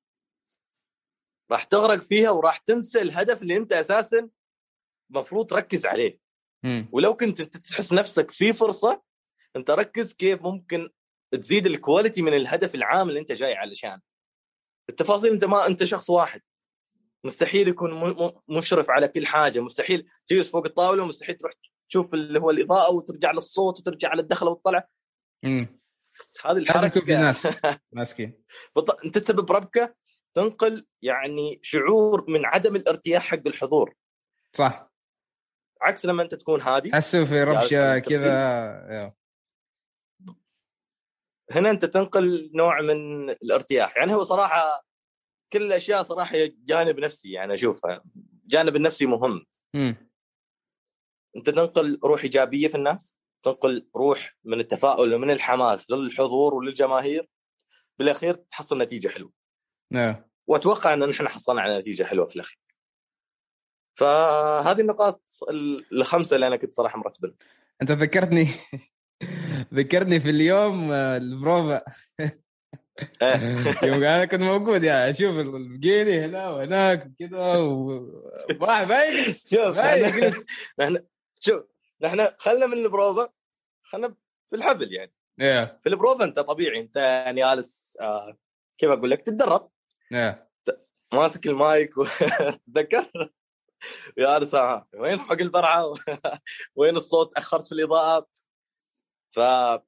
S1: راح تغرق فيها وراح تنسى الهدف اللي انت اساسا مفروض تركز عليه.
S2: م.
S1: ولو كنت انت تحس نفسك في فرصه، انت ركز كيف ممكن تزيد الكواليتي من الهدف العام اللي انت جاي علشان. التفاصيل انت ما انت شخص واحد، مستحيل يكون مشرف على كل حاجه، مستحيل تجلس فوق الطاوله، ومستحيل تروح تشوف اللي هو الاضاءه وترجع للصوت وترجع على الدخله والطلع. هذه الحركه
S2: لازم يكون في ناس ماسكين.
S1: انت تسبب ربكه تنقل يعني شعور من عدم الارتياح حق الحضور.
S2: صح.
S1: عكس لما انت تكون هادي
S2: حسوا في ربشه كذا،
S1: هنا انت تنقل نوع من الارتياح. يعني هو صراحه كل الاشياء صراحه جانب نفسي، يعني اشوفها جانب النفسي مهم.
S2: م.
S1: انت تنقل روح ايجابيه في الناس، تنقل روح من التفاؤل ومن الحماس للحضور وللجماهير، بالاخير تحصل نتيجه حلوه.
S2: نعم.
S1: واتوقع ان نحن حصلنا على نتيجه حلوه في الاخير. فهذه النقاط الخمسه اللي انا كنت صراحه مرتبها.
S2: انت ذكرتني ذكرتني في اليوم البروفا يوم انا كنت موجود، يعني اشوف البقيني هنا وهناك كذا وما بايجلس.
S1: شوف نحن شوف نحن خلنا من البروفا، خلنا في الحفل. يعني
S2: yeah.
S1: في البروفا انت طبيعي انت يعني جالس آه كيف اقول لك تتدرب
S2: yeah.
S1: ماسك المايك وتذكر يا رسا وين حق البرعه وين الصوت، اخرت في الاضاءه. ف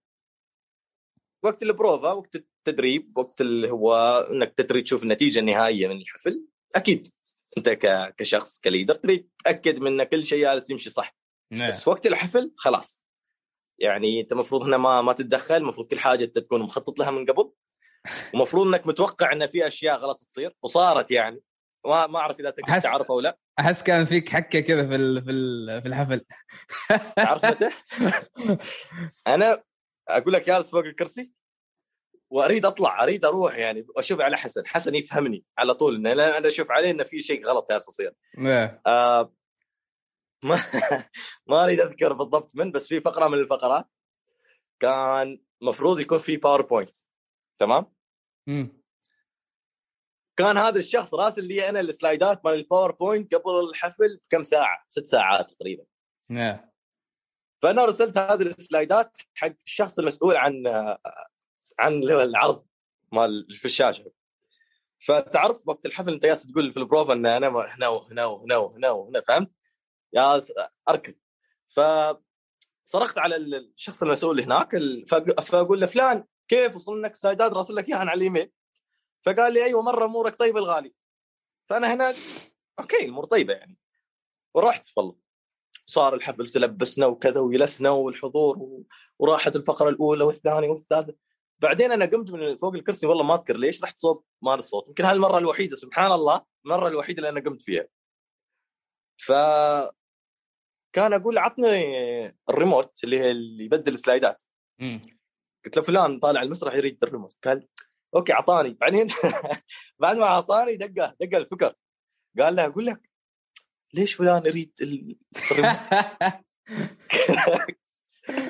S1: وقت البروفا، وقت التدريب، وقت اللي هو انك تريد تشوف النتيجه النهائيه من الحفل، اكيد انت ك... كشخص كليدر تريد تاكد من كل شيء جالس يمشي صح.
S2: yeah.
S1: بس وقت الحفل خلاص، يعني انت المفروض هنا ما ما تتدخل، المفروض كل حاجه انت تكون مخطط لها من قبل، ومفروض انك متوقع ان في اشياء غلط تصير وصارت. يعني ما ما اعرف اذا تقدر تعرف او لا.
S2: احس كان فيك حكه كذا في ال... في ال... في الحفل.
S1: تعرف متى انا اقول لك جالس فوق الكرسي واريد اطلع، اريد اروح يعني اشوف على حسن حسن يفهمني على طول ان انا اشوف عليه ان في شيء غلط جالس يصير. آه ما ما اريد اذكر بالضبط من، بس في فقره من الفقرات كان مفروض يكون في باوربوينت، تمام؟
S2: امم
S1: كان هذا الشخص راسل لي انا السلايدات مال الباوربوينت قبل الحفل بكم ساعه، ست ساعات تقريبا.
S2: نعم.
S1: فانا رسلت هذه السلايدات حق الشخص المسؤول عن عن العرض مال في الشاشه. فتعرف وقت الحفل انت جالس تقول في البروفا ان انا هنا وهنا وهنا وهنا وهنا، فهمت؟ يا اركض. فصرخت على الشخص المسؤول هناك، فاقول له فلان كيف وصل لك سلايدات راسل لك اياها على الايميل؟ فقال لي ايوه مره امورك طيبه الغالي. فانا هنا اوكي الامور طيبه يعني، ورحت والله صار الحفل تلبسنا وكذا ويلسنا والحضور و... وراحت الفقره الاولى والثانيه والثالثه. بعدين انا قمت من فوق الكرسي والله ما اذكر ليش رحت صوب مال الصوت، يمكن هالمره الوحيده سبحان الله المره الوحيده اللي انا قمت فيها. ف كان اقول عطني الريموت اللي هي اللي يبدل السلايدات.
S2: امم
S1: قلت له فلان طالع المسرح يريد الريموت. قال اوكي اعطاني. بعدين بعد ما اعطاني دقه دقه الفكر، قال له اقول لك ليش فلان يريد الريموت؟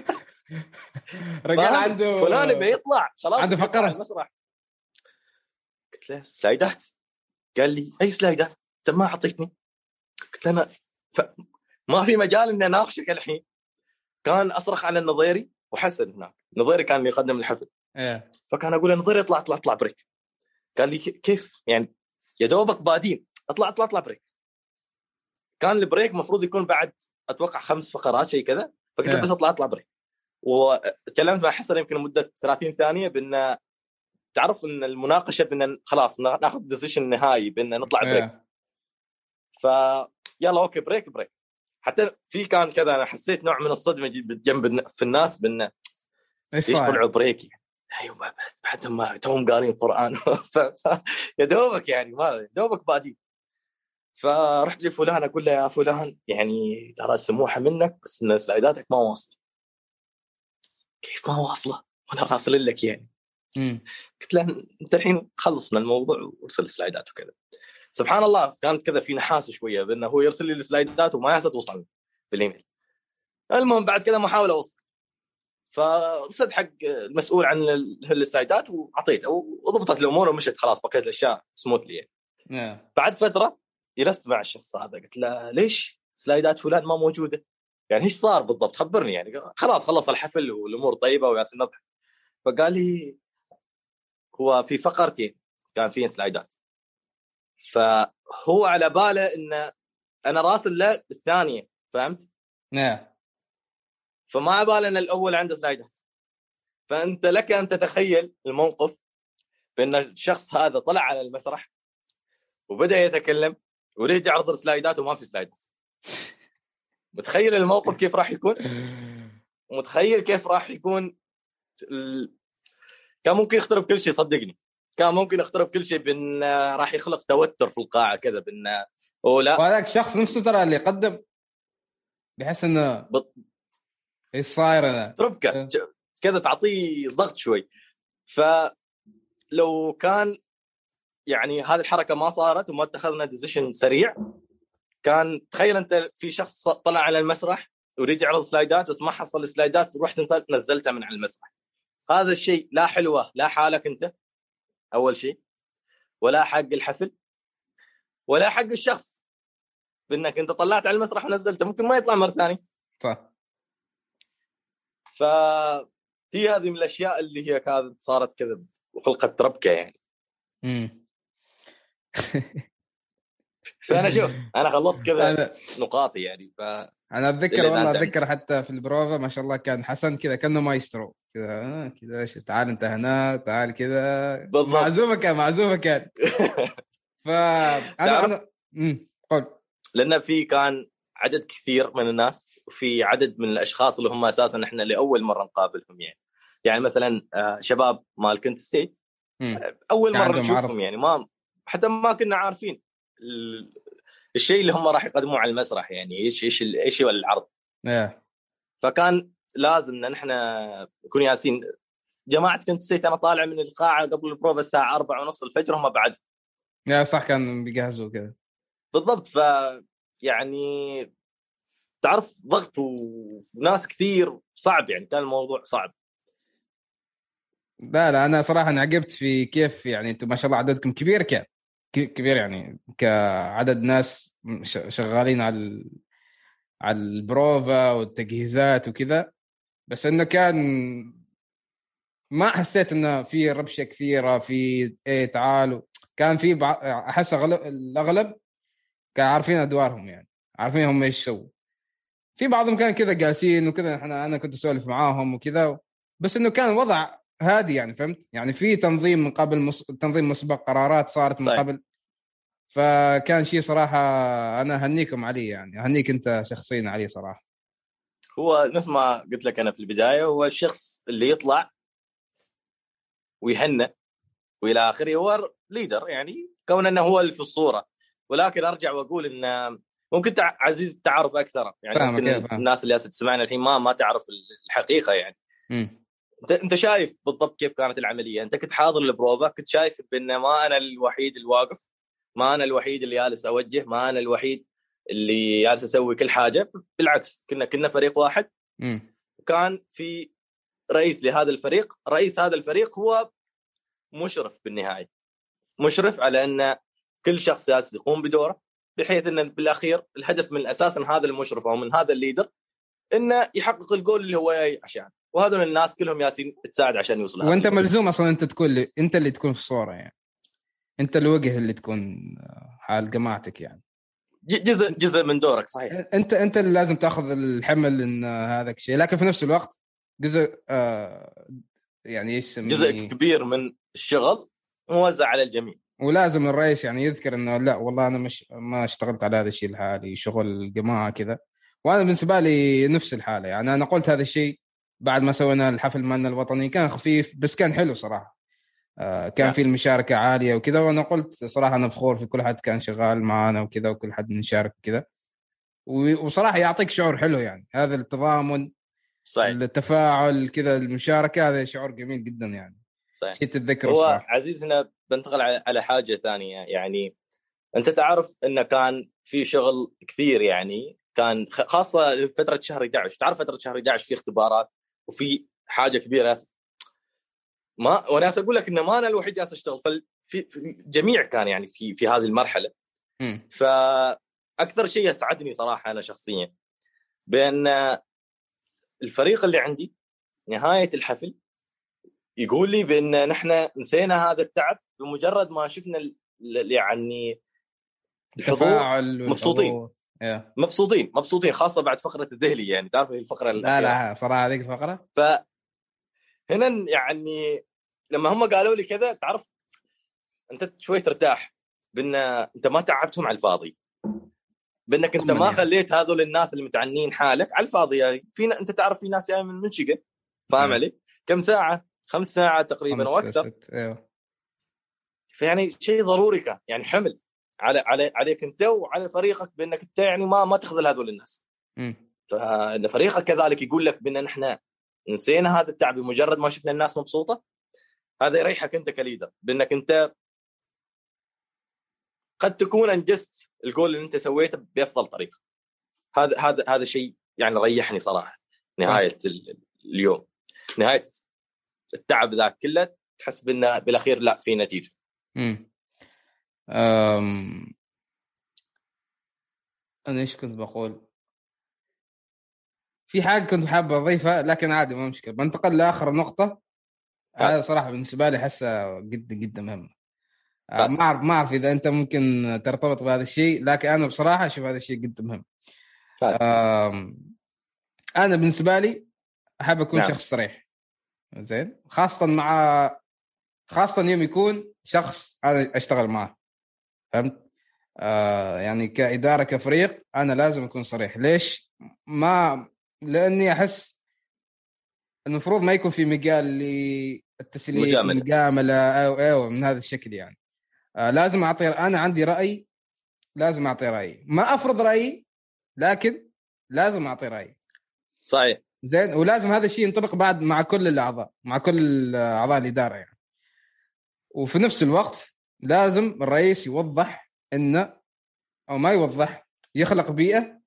S2: رجال عنده
S3: فلان بيطلع خلاص
S2: عنده فقره
S3: المسرح. قلت له سلايدات. قال لي اي سلايدات انت ما اعطيتني؟ قلت له ف... ما في مجال اني اناقشك الحين. كان اصرخ على النظيري وحسن هناك. النظيري كان يقدم الحفل
S2: ايه.
S3: فكان اقول النظيري اطلع اطلع اطلع بريك. قال لي كيف يعني يا دوبك بادين اطلع اطلع اطلع بريك. كان البريك مفروض يكون بعد اتوقع خمس فقرات شيء كذا. فقلت له بس اطلع اطلع بريك. وتكلمت مع حسن يمكن مده ثلاثين ثانيه بان تعرف ان المناقشه بان خلاص ناخذ ديسيشن نهائي بان نطلع بريك. ف يلا اوكي بريك بريك. حتى في كان كذا انا حسيت نوع من الصدمه جنب في الناس بان ايش طلعوا بريك يعني. ايوه بعد ما توم قارين قران يا دوبك يعني ما دوبك بادي. فرحت لفلان اقول له يا فلان يعني ترى سموحه منك بس ان سلايداتك ما واصله. كيف ما واصله وانا راسل لك يعني.
S2: امم
S3: قلت له انت الحين خلصنا الموضوع وارسل السلايدات وكذا. سبحان الله كانت كذا في نحاس شويه بانه هو يرسل لي السلايدات وما يحسد توصلني في الايميل. المهم بعد كذا محاوله وصل فرسلت حق المسؤول عن السلايدات واعطيته وضبطت الامور ومشت خلاص بقيت الاشياء سموثلي يعني.
S2: yeah.
S3: بعد فتره جلست مع الشخص هذا قلت له ليش سلايدات فلان ما موجوده يعني ايش صار بالضبط خبرني يعني. خلاص خلص الحفل والامور طيبه وياسين نضحك. فقال لي هو في فقرتين كان فيه سلايدات فهو على باله ان انا راسل له الثانيه فهمت
S2: yeah.
S3: فما على باله ان الاول عنده سلايدات. فانت لك ان تتخيل الموقف بان الشخص هذا طلع على المسرح وبدا يتكلم ويريد يعرض السلايدات وما في سلايدات. متخيل الموقف كيف راح يكون؟ ومتخيل كيف راح يكون ال... كان ممكن يخترب كل شيء صدقني. كان ممكن يخترب كل شيء بان راح يخلق توتر في القاعه كذا بان او لا
S2: وهذاك الشخص نفسه ترى اللي يقدم بحس انه
S3: بط...
S2: ايش صاير انا
S3: ربكه كذا تعطيه ضغط شوي. فلو كان يعني هذه الحركه ما صارت وما اتخذنا ديسيشن سريع كان تخيل انت في شخص طلع على المسرح ويريد يعرض سلايدات بس ما حصل السلايدات ورحت انت نزلتها من على المسرح. هذا الشيء لا حلوه لا حالك انت اول شيء ولا حق الحفل ولا حق الشخص بانك انت طلعت على المسرح ونزلته ممكن ما يطلع مره ثانيه.
S2: صح.
S3: فهي هذه من الاشياء اللي هي كانت صارت كذا وخلقت ربكه يعني.
S2: امم
S3: فانا شوف انا خلصت كذا نقاطي يعني. ف
S2: انا اتذكر والله اتذكر حتى في البروفا ما شاء الله كان حسن كذا كانه مايسترو كذا كذا ايش تعال انت هنا تعال كذا معزومه كان معزومه كان فانا انا امم قول
S3: لان في كان عدد كثير من الناس وفي عدد من الاشخاص اللي هم اساسا احنا لاول مره نقابلهم يعني. يعني مثلا شباب مال كنت ستيت اول مره نشوفهم يعني ما حتى ما كنا عارفين الشيء اللي هم راح يقدموه على المسرح يعني ايش ايش ايش هو العرض.
S2: yeah.
S3: فكان لازم ان احنا نكون ياسين جماعه كنت ستيت انا طالع من القاعه قبل البروفا الساعه أربعة ونص الفجر هم بعد
S2: يا yeah, صح كان بيجهزوا كذا
S3: بالضبط. ف يعني تعرف ضغط وناس كثير صعب يعني كان الموضوع صعب.
S2: لا لا انا صراحه انعجبت في كيف يعني انتم ما شاء الله عددكم كبير كان كبير يعني كعدد ناس شغالين على على البروفا والتجهيزات وكذا بس انه كان ما حسيت انه في ربشه كثيره في ايه تعالوا كان في بع... احس أغلب... الاغلب كانوا عارفين ادوارهم يعني عارفين هم ايش يسووا. في بعضهم كان كذا جالسين وكذا احنا انا كنت اسولف معاهم وكذا بس انه كان وضع هادي يعني فهمت يعني في تنظيم من قبل مس... تنظيم مسبق قرارات صارت من صحيح. قبل فكان شيء صراحه انا اهنيكم عليه يعني اهنيك انت شخصيا عليه صراحه.
S3: هو نفس ما قلت لك انا في البدايه هو الشخص اللي يطلع ويهنى والى اخره هو ليدر يعني كون انه هو اللي في الصوره. ولكن ارجع واقول ان ممكن عزيز التعارف اكثر يعني ممكن الناس اللي تسمعنا الحين ما ما تعرف الحقيقه يعني. م. انت انت شايف بالضبط كيف كانت العمليه. انت كنت حاضر البروفا كنت شايف بان ما انا الوحيد الواقف ما انا الوحيد اللي جالس اوجه ما انا الوحيد اللي جالس اسوي كل حاجه. بالعكس كنا كنا فريق واحد.
S2: م.
S3: وكان في رئيس لهذا الفريق، رئيس هذا الفريق هو مشرف بالنهايه، مشرف على ان كل شخص سياسي يقوم بدوره، بحيث ان بالاخير الهدف من الاساس من هذا المشرف او من هذا الليدر انه يحقق الجول اللي هو جاي عشان، وهذول الناس كلهم ياسين تساعد عشان يوصل.
S2: وانت ملزوم اصلا انت تكون لي... انت اللي تكون في الصوره، يعني انت الوجه اللي تكون حال جماعتك، يعني
S3: جزء جزء من دورك. صحيح،
S2: انت انت اللي لازم تاخذ الحمل ان هذا الشيء، لكن في نفس الوقت جزء آه يعني ايش سميه
S3: جزء كبير من الشغل موزع على الجميع.
S2: ولازم الرئيس يعني يذكر انه لا والله انا مش ما اشتغلت على هذا الشيء لحالي، شغل الجماعه كذا. وانا بالنسبه لي نفس الحاله، يعني انا قلت هذا الشيء بعد ما سوينا الحفل مالنا الوطني، كان خفيف بس كان حلو صراحه. آه كان نعم. في المشاركه عاليه وكذا، وانا قلت صراحه انا فخور في كل حد كان شغال معانا وكذا، وكل حد نشارك كذا، وصراحه يعطيك شعور حلو، يعني هذا التضامن صحيح. التفاعل كذا، المشاركه، هذا شعور جميل جدا يعني.
S3: صحيح.
S2: شيء تتذكره
S3: هو
S2: صراحة.
S3: عزيزنا بنتقل على حاجه ثانيه، يعني انت تعرف انه كان في شغل كثير، يعني كان خاصه فتره شهر أحد عشر. تعرف فتره شهر أحد عشر في اختبارات وفي حاجه كبيره، ما وانا اقول لك انه ما انا الوحيد جالس اشتغل، في جميع كان يعني في في هذه المرحله. م. فاكثر شيء يسعدني صراحه انا شخصيا بان الفريق اللي عندي نهايه الحفل يقول لي بان نحن نسينا هذا التعب بمجرد ما شفنا يعني الحضور. مبسوطين yeah. مبسوطين مبسوطين خاصه بعد فقره الذهلي، يعني تعرف الفقره
S2: لا لا صراحه هذيك الفقره.
S3: فهنا يعني لما هم قالوا لي كذا، تعرف انت شوي ترتاح بان انت ما تعبتهم على الفاضي، بانك انت ما خليت هذول الناس اللي متعنين حالك على الفاضي. يعني في انت تعرف في ناس جايه من منشقه، فاهم علي؟ كم ساعه؟ خمس ساعات تقريبا واكثر.
S2: ايوه.
S3: فيعني شيء ضروري كان، يعني حمل على على عليك انت وعلى فريقك، بانك انت يعني ما ما تخذل هذول الناس. امم فان فريقك كذلك يقول لك بان نحن نسينا هذا التعب بمجرد ما شفنا الناس مبسوطه، هذا يريحك انت كليدر، بانك انت قد تكون انجزت الجول اللي انت سويته بافضل طريقه. هذا هذا هذا شيء يعني ريحني صراحه. نهايه اليوم، نهايه التعب ذاك كله، تحس بانه بالاخير لا في نتيجه.
S2: امم أم... انا ايش كنت بقول؟ في حاجه كنت حابب اضيفها لكن عادي ما مشكله. بنتقل لاخر نقطه. هذا صراحه بالنسبه لي حاسه جدا جدا مهم. ما اعرف ما اعرف اذا انت ممكن ترتبط بهذا الشيء، لكن انا بصراحه اشوف هذا الشيء جدا مهم. انا بالنسبه لي احب اكون نعم. شخص صريح، زين، خاصه مع خاصه يوم يكون شخص انا اشتغل معه، فهمت؟ آه يعني كاداره كفريق انا لازم اكون صريح. ليش؟ ما لاني احس المفروض ما يكون في مجال للتسليك والمجامله او او من هذا الشكل. يعني آه لازم اعطي، انا عندي راي، لازم اعطي رايي، ما افرض رايي لكن لازم اعطي رايي.
S3: صحيح،
S2: زين. ولازم هذا الشيء ينطبق بعد مع كل الاعضاء، مع كل اعضاء الاداره يعني. وفي نفس الوقت لازم الرئيس يوضح انه، او ما يوضح، يخلق بيئه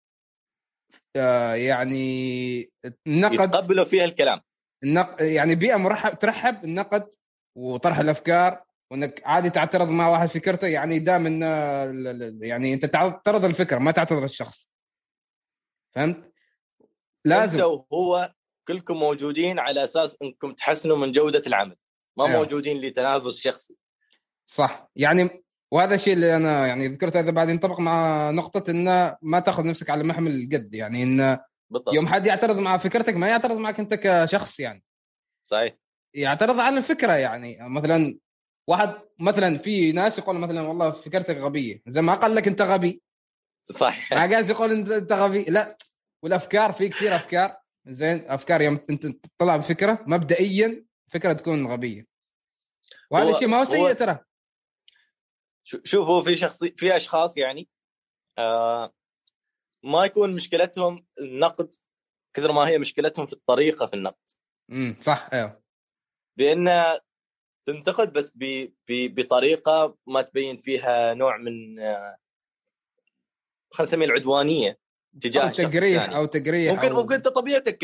S2: آه يعني النقد
S3: يتقبلوا فيها الكلام،
S2: النق... يعني بيئه مرحب ترحب النقد وطرح الافكار، وانك عادي تعترض مع واحد فكرته، يعني دام ان يعني انت تعترض الفكره ما تعترض الشخص، فهمت؟ لازم
S3: انت وهو كلكم موجودين على اساس انكم تحسنوا من جوده العمل، ما أيوه. موجودين لتنافس شخصي.
S2: صح يعني. وهذا الشيء اللي انا يعني ذكرت هذا بعد ينطبق مع نقطه ان ما تاخذ نفسك على محمل الجد، يعني ان بالضبط. يوم حد يعترض مع فكرتك ما يعترض معك انت كشخص، يعني
S3: صحيح،
S2: يعترض على الفكره. يعني مثلا واحد مثلا في ناس يقول مثلا والله فكرتك غبيه، زي ما قال لك انت غبي،
S3: صح،
S2: ما قاعد يقول انت غبي، لا. والافكار في كثير افكار، زين، افكار يوم انت تطلع بفكره مبدئيا فكره تكون غبيه، وهذا الشيء ما هو سيء ترى.
S3: شوفوا في شخصي في اشخاص يعني آه ما يكون مشكلتهم النقد كثر ما هي مشكلتهم في الطريقه في النقد.
S2: امم صح، ايوه،
S3: بان تنتقد بس ب بطريقه ما تبين فيها نوع من آه خلينا نسميه العدوانيه تجاه
S2: أو تجريح او تجريح
S3: ممكن
S2: أو...
S3: ممكن انت طبيعتك كذا،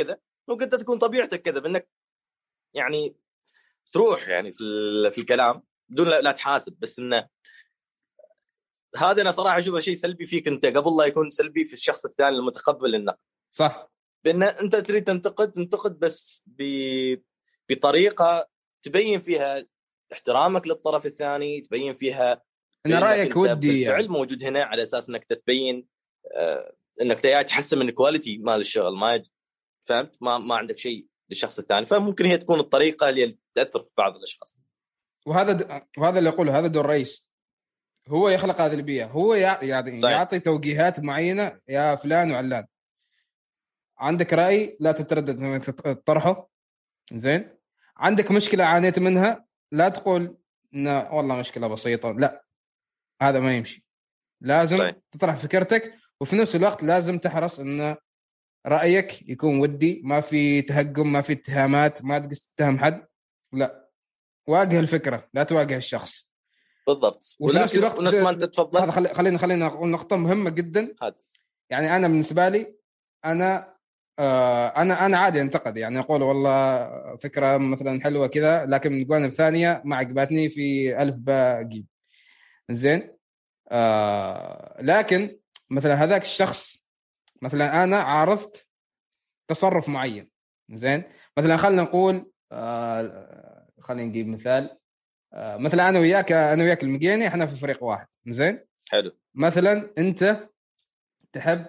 S3: ممكن تكون طبيعتك كذا بانك يعني تروح يعني في في الكلام بدون لا تحاسب، بس انه هذا انا صراحه اشوفه شيء سلبي فيك انت قبل لا يكون سلبي في الشخص الثاني المتقبل النقد.
S2: صح،
S3: بان انت تريد تنتقد تنتقد بس ب... بطريقه تبين فيها احترامك للطرف الثاني، تبين فيها
S2: ان رايك
S3: انت
S2: ودي
S3: بالفعل
S2: يعني.
S3: موجود هنا على اساس انك تبين آه انك جاي تحسن من الكواليتي مال الشغل، ما فهمت ما ما عندك شيء للشخص الثاني. فممكن هي تكون الطريقه اللي تاثر في بعض الاشخاص.
S2: وهذا د... وهذا اللي اقوله، هذا دور الرئيس، هو يخلق هذه البيئه، هو يع... يعني
S3: صحيح.
S2: يعطي توجيهات معينه، يا فلان وعلان عندك راي لا تتردد انك تطرحه، زين. عندك مشكله عانيت منها، لا تقول ان والله مشكله بسيطه، لا، هذا ما يمشي. لازم
S3: صحيح.
S2: تطرح فكرتك، وفي نفس الوقت لازم تحرص ان رايك يكون ودي، ما في تهجم، ما في اتهامات، ما تقصد تتهم حد، لا، واجه الفكره لا تواجه الشخص.
S3: بالضبط.
S2: وفي نفس الوقت
S3: ونفس ما انت تفضل،
S2: هذا خلي خلينا خلينا نقول نقطه مهمه جدا.
S3: هاد.
S2: يعني انا بالنسبه لي انا آه انا انا عادي انتقد، يعني اقول والله فكره مثلا حلوه كذا، لكن من الجوانب الثانيه ما عجبتني في الف باء جيم، زين. آه لكن مثلا هذاك الشخص، مثلا انا عارضت تصرف معين، زين. مثلا خلينا نقول آه خلينا نجيب مثال، آه مثلا انا وياك انا وياك المقيني احنا في فريق واحد، زين.
S3: حلو.
S2: مثلا انت تحب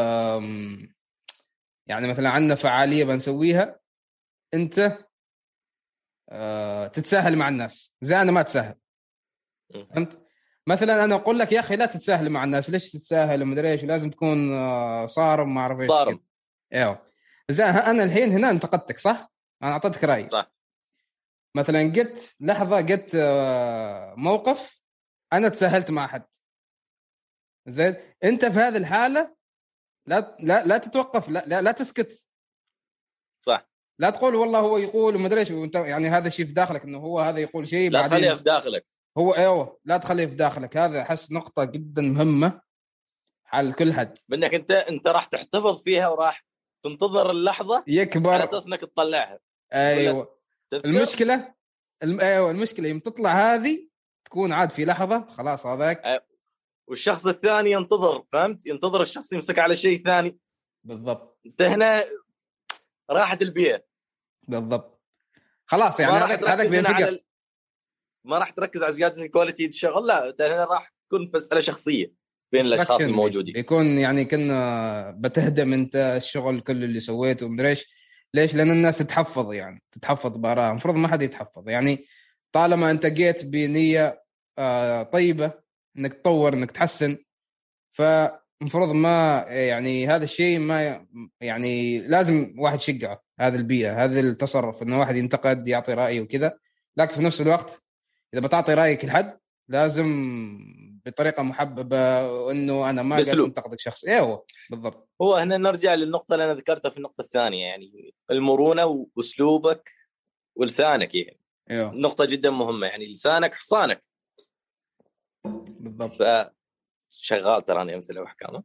S2: يعني مثلا عندنا فعاليه بنسويها، انت أه تتساهل مع الناس زي انا ما تساهل، فهمت؟ مثلا انا اقول لك يا اخي لا تتساهل مع الناس، ليش تتساهل ومدري ايش، ولازم تكون أه صارم ما اعرف ايش
S3: صارم.
S2: ايوه. زي انا الحين هنا انتقدتك، صح؟ انا اعطيتك راي،
S3: صح.
S2: مثلا قلت لحظه، قلت أه موقف انا تساهلت مع حد، زين. انت في هذه الحاله لا لا لا تتوقف، لا لا, لا تسكت،
S3: صح.
S2: لا تقول والله هو يقول وما ادري ايش، وانت يعني هذا شيء في داخلك انه هو هذا يقول شيء
S3: لا
S2: بعدين
S3: تخليها في داخلك.
S2: هو ايوه لا تخليه في داخلك. هذا احس نقطه جدا مهمه حال كل حد،
S3: بانك انت انت راح تحتفظ فيها وراح تنتظر اللحظه
S2: يكبر
S3: على اساس انك تطلعها.
S2: ايوه.
S3: تذكر
S2: المشكله الم... ايوه المشكله يوم تطلع هذه تكون عاد في لحظه خلاص هذاك
S3: أه. والشخص الثاني ينتظر، فهمت؟ ينتظر الشخص يمسك على شيء ثاني.
S2: بالضبط.
S3: انت هنا راحت البيئه.
S2: بالضبط. خلاص يعني هذاك هذاك بينفجر.
S3: ال... ما راح تركز على زياده الكواليتي الشغل، لا انت هنا راح تكون مساله شخصيه بين الاشخاص الموجودين.
S2: بيكون يعني كنا بتهدم انت الشغل كله اللي سويته ومدري ايش. ليش؟ لان الناس تتحفظ، يعني تتحفظ بآراء، المفروض ما حد يتحفظ. يعني طالما انت جيت بنيه آه طيبه انك تطور انك تحسن، فمفروض ما يعني هذا الشيء ما يعني لازم واحد يشجعه، هذه البيئه، هذا التصرف، انه واحد ينتقد يعطي رايه وكذا. لكن في نفس الوقت اذا بتعطي رايك لحد لازم بطريقه محببه، وانه انا ما قاعد انتقدك شخص. ايوه بالضبط.
S3: هو هنا نرجع للنقطه اللي انا ذكرتها في النقطه الثانيه، يعني المرونه واسلوبك ولسانك. يعني
S2: ايوه
S3: نقطه جدا مهمه، يعني لسانك حصانك.
S2: بالضبط.
S3: ف شغال تراني امثله واحكام.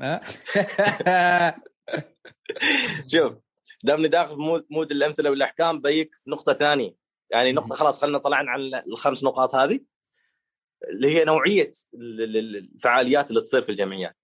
S3: شوف دامني داخل مود مود الامثله والاحكام، بيك في نقطه ثانيه. يعني نقطه خلاص خلينا طلعنا عن الخمس نقاط هذه اللي هي نوعيه الفعاليات اللي تصير في الجمعيات.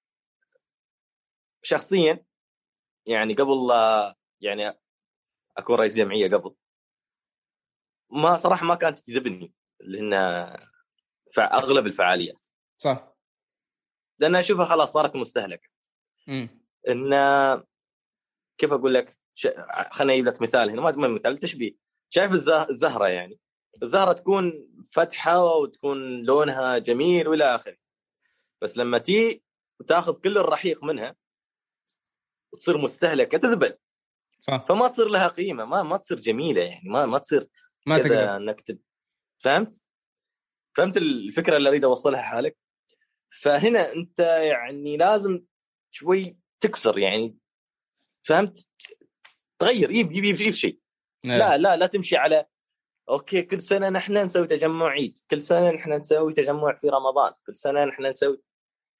S3: شخصيا يعني قبل يعني اكون رئيس جمعيه قبل، ما صراحه ما كانت تجذبني اللي هن اغلب الفعاليات،
S2: صح،
S3: لان اشوفها خلاص صارت مستهلكه.
S2: امم
S3: ان كيف اقول لك، ش... خليني اجيب لك مثال هنا، ما مثال تشبيه. شايف الزهره، يعني الزهره تكون فتحه وتكون لونها جميل والى اخره، بس لما تي وتاخذ كل الرحيق منها وتصير مستهلكه تذبل.
S2: صح.
S3: فما تصير لها قيمه، ما ما تصير جميله، يعني ما ما تصير
S2: ما
S3: كذا انك تد... فهمت فهمت الفكره اللي اريد اوصلها حالك. فهنا انت يعني لازم شوي تكسر، يعني فهمت، تغير، يب يب يب شيء. لا لا لا تمشي على اوكي كل سنه نحن نسوي تجمع عيد، كل سنه نحن نسوي تجمع في رمضان، كل سنه نحن نسوي.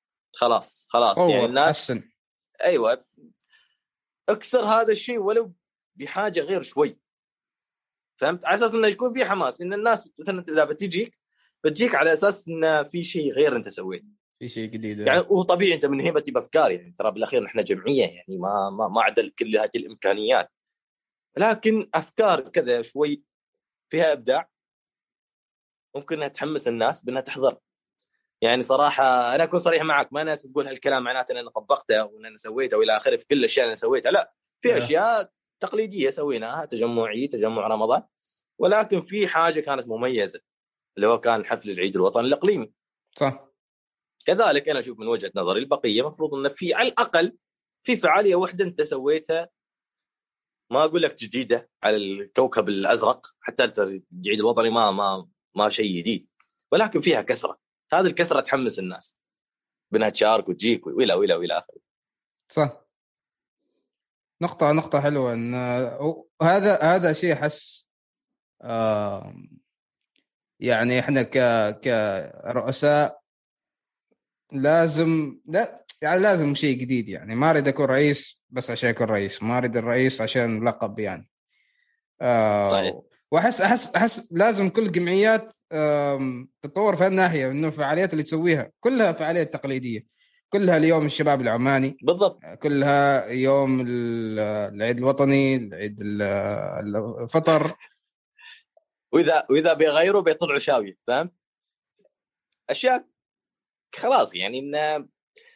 S3: خلاص خلاص يعني الناس
S2: حسن.
S3: ايوه اكسر هذا الشيء ولو بحاجه غير شوي، فهمت؟ على اساس انه يكون في حماس، ان الناس مثلا اذا بتجيك بتجيك على اساس انه في شيء غير انت سويته،
S2: في شيء جديد
S3: يعني هو طبيعي انت من هيبتي بافكار، يعني ترى بالاخير نحن جمعيه، يعني ما ما ما عدل كل هذه الامكانيات، لكن افكار كذا شوي فيها ابداع ممكن انها تحمس الناس بانها تحضر. يعني صراحه انا اكون صريح معك، ما ناس تقول هالكلام معناته ان انا طبقته وان انا سويته والى اخره في كل الاشياء اللي انا سويتها، لا، في اشياء تقليديه سويناها، تجمعي تجمع رمضان، ولكن في حاجه كانت مميزه اللي هو كان حفل العيد الوطني الاقليمي.
S2: صح.
S3: كذلك انا اشوف من وجهه نظري البقيه مفروض ان في على الاقل في فعاليه واحده انت سويتها، ما اقول لك جديده على الكوكب الازرق، حتى العيد الوطني ما ما ما شيء جديد، ولكن فيها كسره، هذه الكسره تحمس الناس بانها تشارك وتجيك ولا ولا ولا اخره.
S2: صح. نقطة نقطة حلوة إن هذا هذا شيء أحس آه يعني إحنا ك كرؤساء لازم، لا يعني لازم شيء جديد، يعني ما أريد أكون رئيس بس عشان أكون رئيس، ما أريد الرئيس عشان لقب يعني. آه
S3: صحيح.
S2: وأحس أحس أحس لازم كل جمعيات تتطور في الناحية، إنه الفعاليات اللي تسويها كلها فعاليات تقليدية، كلها اليوم الشباب العماني
S3: بالضبط،
S2: كلها يوم العيد الوطني، العيد الفطر،
S3: واذا واذا بيغيروا بيطلعوا شاويه، فاهم؟ اشياء خلاص يعني إن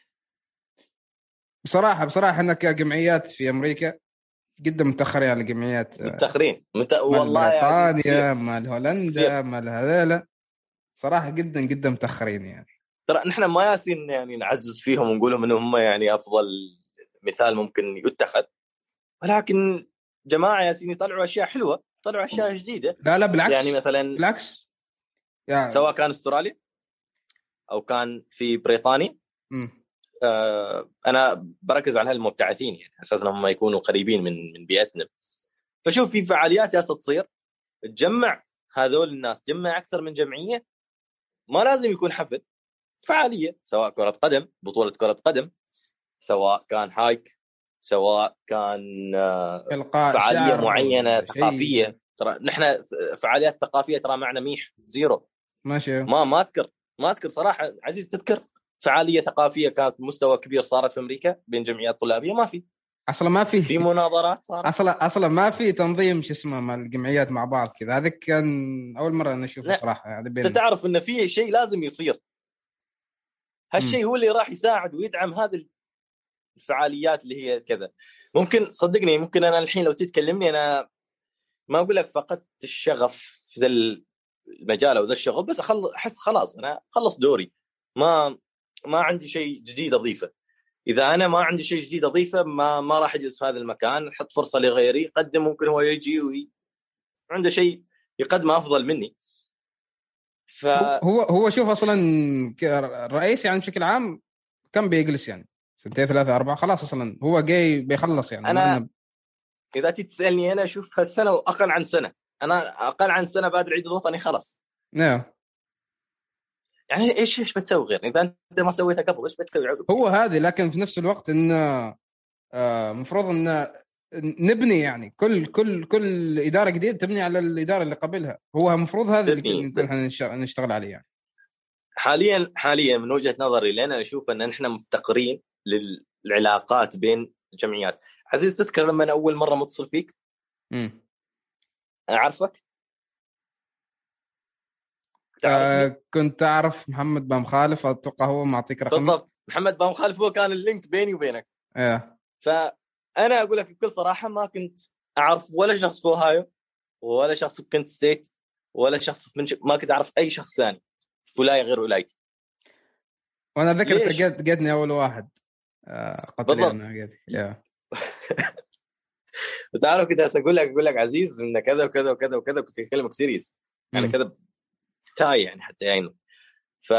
S2: بصراحة بصراحة احنا كجمعيات في أمريكا جدا متأخرين على الجمعيات،
S3: متاخرين مت...
S2: مال
S3: والله يا عزيز
S2: بريطانيا
S3: كثير
S2: مال هولندا
S3: كثير.
S2: مال هذيلا، صراحة جدا جدا متأخرين يعني.
S3: ترى نحن ما ياسين يعني نعزز فيهم ونقول لهم انهم هم يعني افضل مثال ممكن يتخذ، ولكن جماعه ياسين يطلعوا اشياء حلوه، طلعوا اشياء جديده.
S2: لا لا بالعكس،
S3: يعني مثلا
S2: بالعكس يعني.
S3: سواء كان استراليا او كان في بريطانيا،
S2: م.
S3: آه انا بركز على هالمبتعثين، يعني اساسا هم يكونوا قريبين من من بيئتنا. فشوف في فعاليات جالسه تصير تجمع هذول الناس، تجمع اكثر من جمعيه، ما لازم يكون حفل، فعاليه سواء كره قدم، بطوله كره قدم، سواء كان هايك، سواء كان
S2: إلقاء
S3: فعاليه
S2: شعر
S3: معينه
S2: شيء.
S3: ثقافيه. ترى نحن فعاليات ثقافيه ترى معنا ميح زيرو،
S2: ماشي.
S3: ما ما اذكر ما اذكر صراحه عزيز، تذكر فعاليه ثقافيه كانت بمستوى كبير صارت في امريكا بين جمعيات طلابيه؟ ما في.
S2: اصلا ما في
S3: في مناظرات صارت،
S2: اصلا اصلا ما في تنظيم شو اسمه مع الجمعيات مع بعض كذا، هذا كان اول مره انا اشوفه صراحه يعني
S3: انت
S2: بين.
S3: تعرف ان في شيء لازم يصير، هالشيء هو اللي راح يساعد ويدعم هذه الفعاليات اللي هي كذا. ممكن صدقني، ممكن انا الحين لو تتكلمني انا ما اقول لك فقدت الشغف في ذا المجال او ذا الشغل، بس اخلص احس خلاص انا خلص دوري، ما ما عندي شيء جديد اضيفه. اذا انا ما عندي شيء جديد اضيفه ما ما راح اجلس في هذا المكان، احط فرصه لغيري يقدم، ممكن هو يجي وعنده شيء يقدمه افضل مني. ف
S2: هو هو شوف اصلا الرئيس يعني بشكل عام كم بيجلس يعني سنتين ثلاثة أربعة، خلاص أصلا هو جاي بيخلص يعني.
S3: انا
S2: ما
S3: اذا تسالني انا اشوف هالسنه واقل عن سنه، انا اقل عن سنه بعد العيد الوطني خلاص.
S2: نعم.
S3: يعني ايش ايش بتسوي غير اذا انت ما سويتها قبل؟ ايش بتسوي عقب؟
S2: هو هذه، لكن في نفس الوقت انه مفروض ان نبني يعني كل كل كل اداره جديده تبني على الاداره اللي قبلها، هو المفروض هذا اللي نكون احنا نشتغل عليه يعني.
S3: حاليا حاليا من وجهه نظري اللي انا اشوف ان احنا مفتقرين للعلاقات بين الجمعيات. عزيز تذكر لما أنا اول مره متصل فيك
S2: امم
S3: اعرفك
S2: آه كنت أعرف محمد بام خالف، أتوقع هو معطيك رقمي.
S3: بالضبط، محمد بام خالف هو كان اللينك بيني وبينك.
S2: آه.
S3: فأنا أقول لك بكل صراحة ما كنت أعرف ولا شخص في أوهايو، ولا شخص في كنت ستيت، ولا شخص في منش... ما كنت أعرف أي شخص ثاني في ولاية غير ولايتي.
S2: وأنا ذكرت قد قدني أول واحد آه قتل يعني قد يا
S3: وتعرف كنت أقول لك أقول لك عزيز إن كذا وكذا وكذا وكذا، كنت أكلمك سيريس يعني كذا تاي يعني حتى يعني. ف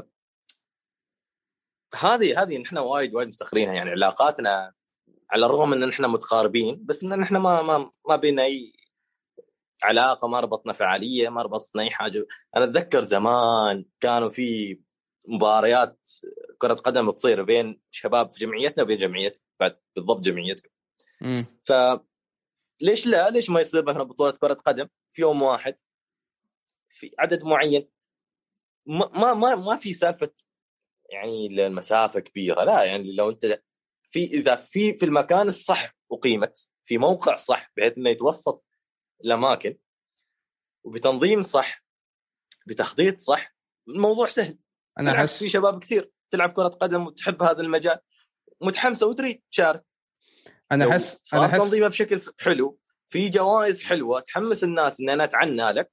S3: هذه هذه نحن وايد وايد مفتخرينها يعني علاقاتنا، على الرغم ان نحن متقاربين بس ان نحن ما ما ما بينا اي علاقه، ما ربطنا فعاليه، ما ربطنا اي حاجه. انا اتذكر زمان كانوا في مباريات كره قدم تصير بين شباب في جمعيتنا وبين جمعيتكم، بعد بالضبط جمعيتكم. ف ليش لا؟ ليش ما يصير مثلا بطولة كرة قدم في يوم واحد في عدد معين؟ ما ما ما, ما في سالفة يعني المسافة كبيرة، لا يعني لو أنت في إذا في في المكان الصح وقيمت في موقع صح بحيث إنه يتوسط الأماكن وبتنظيم صح بتخطيط صح، الموضوع سهل.
S2: أنا أحس
S3: في شباب كثير تلعب كرة قدم وتحب هذا المجال متحمسة وتريد تشارك.
S2: أنا أحس
S3: صار تنظيمها بشكل حلو في جوائز حلوة تحمس الناس إن أنا أتعنى لك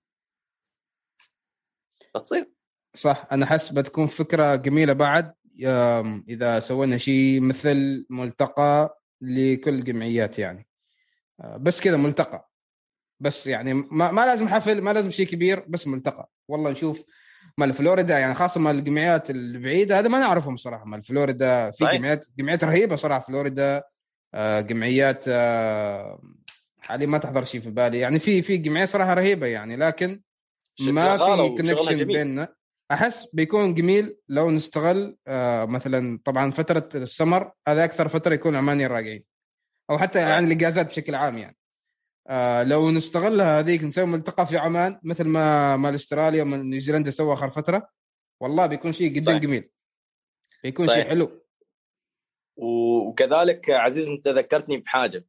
S3: بتصير
S2: صح. أنا أحس بتكون فكرة جميلة بعد إذا سوينا شيء مثل ملتقى لكل الجمعيات يعني، بس كذا ملتقى بس يعني ما, ما لازم حفل، ما لازم شيء كبير، بس ملتقى. والله نشوف مال فلوريدا يعني خاصة مال الجمعيات البعيدة هذا ما نعرفهم صراحة. مال فلوريدا في
S3: صحيح.
S2: جمعيات جمعيات رهيبة صراحة فلوريدا. آه جمعيات آه حاليا ما تحضر شيء في بالي يعني، في في جمعيات صراحة رهيبة يعني، لكن ما في كونكشن بيننا. أحس بيكون جميل لو نستغل آه مثلا طبعا فترة السمر هذا أكثر فترة يكون عماني راجعين، أو حتى صحيح. يعني الإجازات بشكل عام يعني آه لو نستغلها هذيك نسوي ملتقى في عمان مثل ما ما استراليا ومن نيوزيلندا سوى آخر فترة، والله بيكون شيء جدا جميل، بيكون صحيح. شيء حلو.
S3: وكذلك عزيز انت ذكرتني بحاجة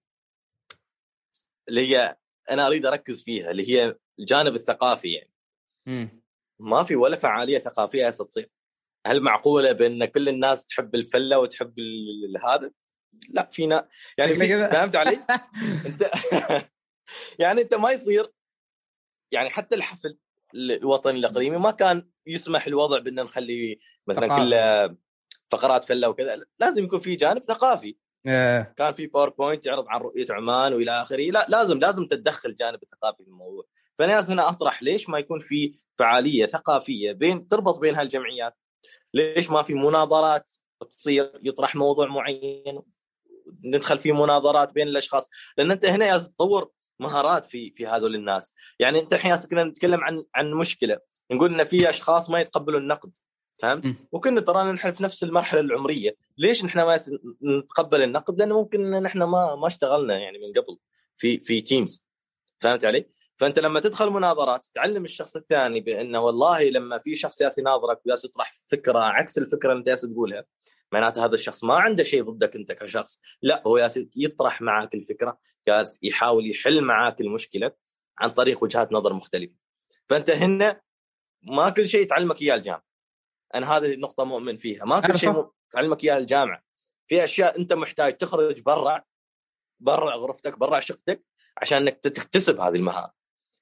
S3: اللي هي أنا أريد أركز فيها، اللي هي الجانب الثقافي يعني.
S2: م.
S3: ما في ولا فعالية ثقافية تصير. هل معقولة بأن كل الناس تحب الفلة وتحب هذا؟ لا فينا يعني في... فهمت علي؟ انت يعني انت ما يصير يعني حتى الحفل الوطني الإقليمي ما كان يسمح الوضع بأن نخلي مثلا ثقافي. كل فقرات فلة وكذا، لازم يكون في جانب ثقافي.
S2: yeah.
S3: كان في باوربوينت يعرض عن رؤية عمان وإلى آخره، لا لازم لازم تتدخل جانب الثقافي في الموضوع. فأنا هنا أطرح ليش ما يكون في فعالية ثقافية بين تربط بين هالجمعيات؟ ليش ما في مناظرات تصير يطرح موضوع معين ندخل في مناظرات بين الأشخاص؟ لأن أنت هنا يا تطور مهارات في في هذول الناس. يعني أنت الحين كنا نتكلم عن عن مشكلة، نقول إن في أشخاص ما يتقبلوا النقد، فهمت؟ وكنا ترانا نحن في نفس المرحلة العمرية. ليش نحن ما نتقبل النقد؟ لأنه ممكن إن نحن ما ما اشتغلنا يعني من قبل في في تيمز، فهمت علي؟ فأنت لما تدخل مناظرات تعلم الشخص الثاني بأنه والله لما في شخص ياس يناظرك وياس يطرح فكرة عكس الفكرة اللي أنت ياس تقولها، معناته هذا الشخص ما عنده شيء ضدك أنت كشخص، لا هو ياس يطرح معك الفكرة، ياس يحاول يحل معك المشكلة عن طريق وجهات نظر مختلفة. فأنت هنا ما كل شيء تعلمك إياه الجامعة. أنا هذه النقطة مؤمن فيها، ما كل شيء تعلمك إياه الجامعة. في أشياء أنت محتاج تخرج برا برا غرفتك برا شقتك عشان انك تكتسب هذه المهارة.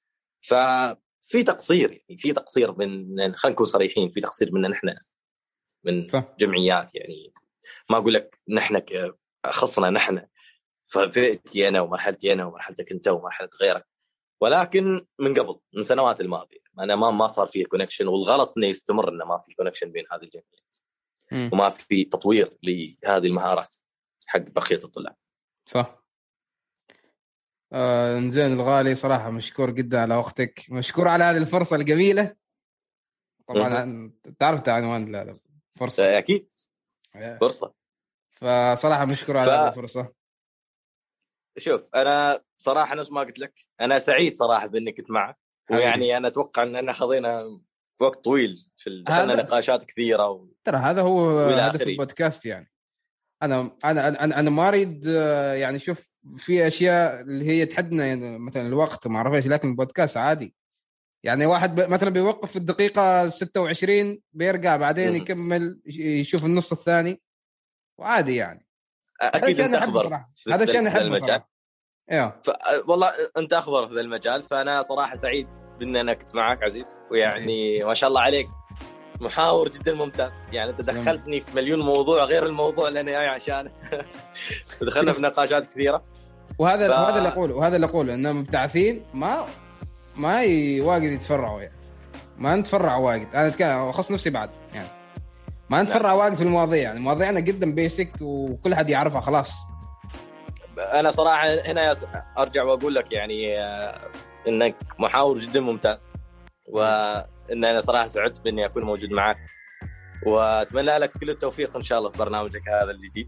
S3: ففي تقصير يعني في تقصير من خلينا نكون صريحين، في تقصير مننا نحن من صح. جمعيات يعني ما اقول لك نحن خصنا نحن ففئتي انا ومرحلتي انا ومرحلتك انت ومرحله غيرك، ولكن من قبل من سنوات الماضيه انا ما ما صار فيه كونكشن، والغلط انه يستمر انه ما في كونكشن بين هذه الجمعيات م. وما في تطوير لهذه المهارات حق بقيه الطلاب.
S2: صح. آه زين الغالي صراحة مشكور جدا على وقتك، مشكور على هذه الفرصة الجميلة. طبعا تعرف عنوان لا لا فرصة
S3: أكيد فرصة،
S2: فصراحة مشكور على ف... هذه الفرصة.
S3: شوف أنا صراحة نفس ما قلت لك أنا سعيد صراحة بإني كنت معك، ويعني أنا أتوقع أننا خذينا وقت طويل في دخلنا هذا... نقاشات كثيرة و...
S2: ترى هذا هو هدف البودكاست يعني. أنا أنا أنا أنا ما أريد يعني شوف في أشياء اللي هي تحدنا يعني مثلا الوقت ما أعرف إيش، لكن البودكاست عادي يعني واحد ب... مثلا بيوقف في الدقيقة ستة وعشرين بيرجع بعدين يكمل يشوف النص الثاني وعادي يعني.
S3: أكيد أنت أخبر
S2: هذا الشيء أنا أحبه صراحة.
S3: ف... والله أنت أخبر في ذا المجال، فأنا صراحة سعيد بأن أنا كنت معك عزيز، ويعني ما شاء الله عليك محاور جدا ممتاز. يعني أنت دخلتني في مليون موضوع غير الموضوع اللي أنا جاي عشانه ودخلنا في نقاشات كثيرة.
S2: وهذا ف... وهذا اللي أقوله وهذا اللي أقوله إن مبتعثين ما ما واجد يتفرعوا يعني، ما نتفرع واجد. أنا أتكلم أخص نفسي بعد يعني ما نتفرع واجد في المواضيع، يعني مواضيعنا جدا بيسك وكل حد يعرفها خلاص.
S3: أنا صراحة هنا أرجع وأقول لك يعني إنك محاور جدا ممتاز، وإن أنا صراحة سعدت بإني أكون موجود معك، وأتمنى لك كل التوفيق إن شاء الله في برنامجك هذا الجديد.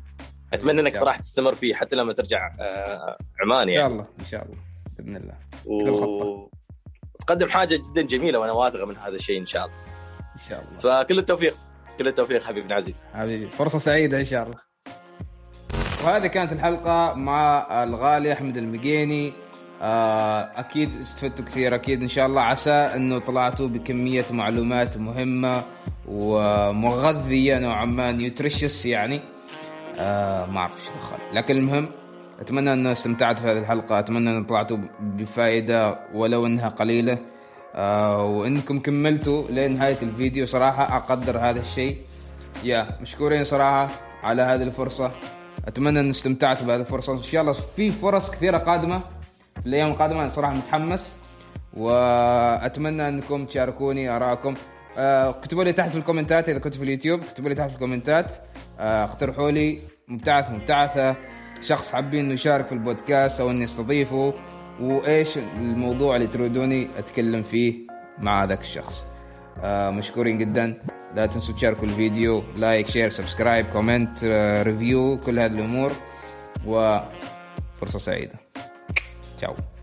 S3: اتمنى انك صراحه تستمر فيه حتى لما ترجع عمان يعني.
S2: ان شاء الله ان شاء الله باذن الله.
S3: و... وتقدم حاجه جدا جميله وانا واثق من هذا الشيء ان شاء الله.
S2: ان شاء الله.
S3: فكل التوفيق كل التوفيق حبيبي العزيز.
S2: حبيبي فرصه سعيده ان شاء الله. وهذه كانت الحلقه مع الغالي احمد المقيني. اكيد استفدتوا كثير اكيد ان شاء الله. عسى انه طلعتوا بكميه معلومات مهمه ومغذيه نوعا ما نيوتريشس يعني. آه ما اعرف ايش دخل لكن المهم اتمنى ان استمتعت في هذه الحلقه. اتمنى ان طلعتوا بفائده ولو انها قليله. آه وانكم كملتوا لنهايه الفيديو صراحه اقدر هذا الشيء. يا مشكورين صراحه على هذه الفرصه. اتمنى ان استمتعتوا بهذه الفرصه. ان شاء الله في فرص كثيره قادمه في الايام القادمه. انا صراحه متحمس واتمنى انكم تشاركوني ارائكم. آه اكتبوا لي تحت في الكومنتات اذا كنتوا في اليوتيوب. اكتبوا لي تحت في الكومنتات. آه اقترحوا لي مبتعث مبتعثه شخص حابين انه يشارك في البودكاست او اني استضيفه وايش الموضوع اللي تريدوني اتكلم فيه مع هذاك الشخص. آه مشكورين جدا. لا تنسوا تشاركوا الفيديو لايك شير سبسكرايب كومنت آه ريفيو كل هذه الامور. وفرصه سعيده. تشاو.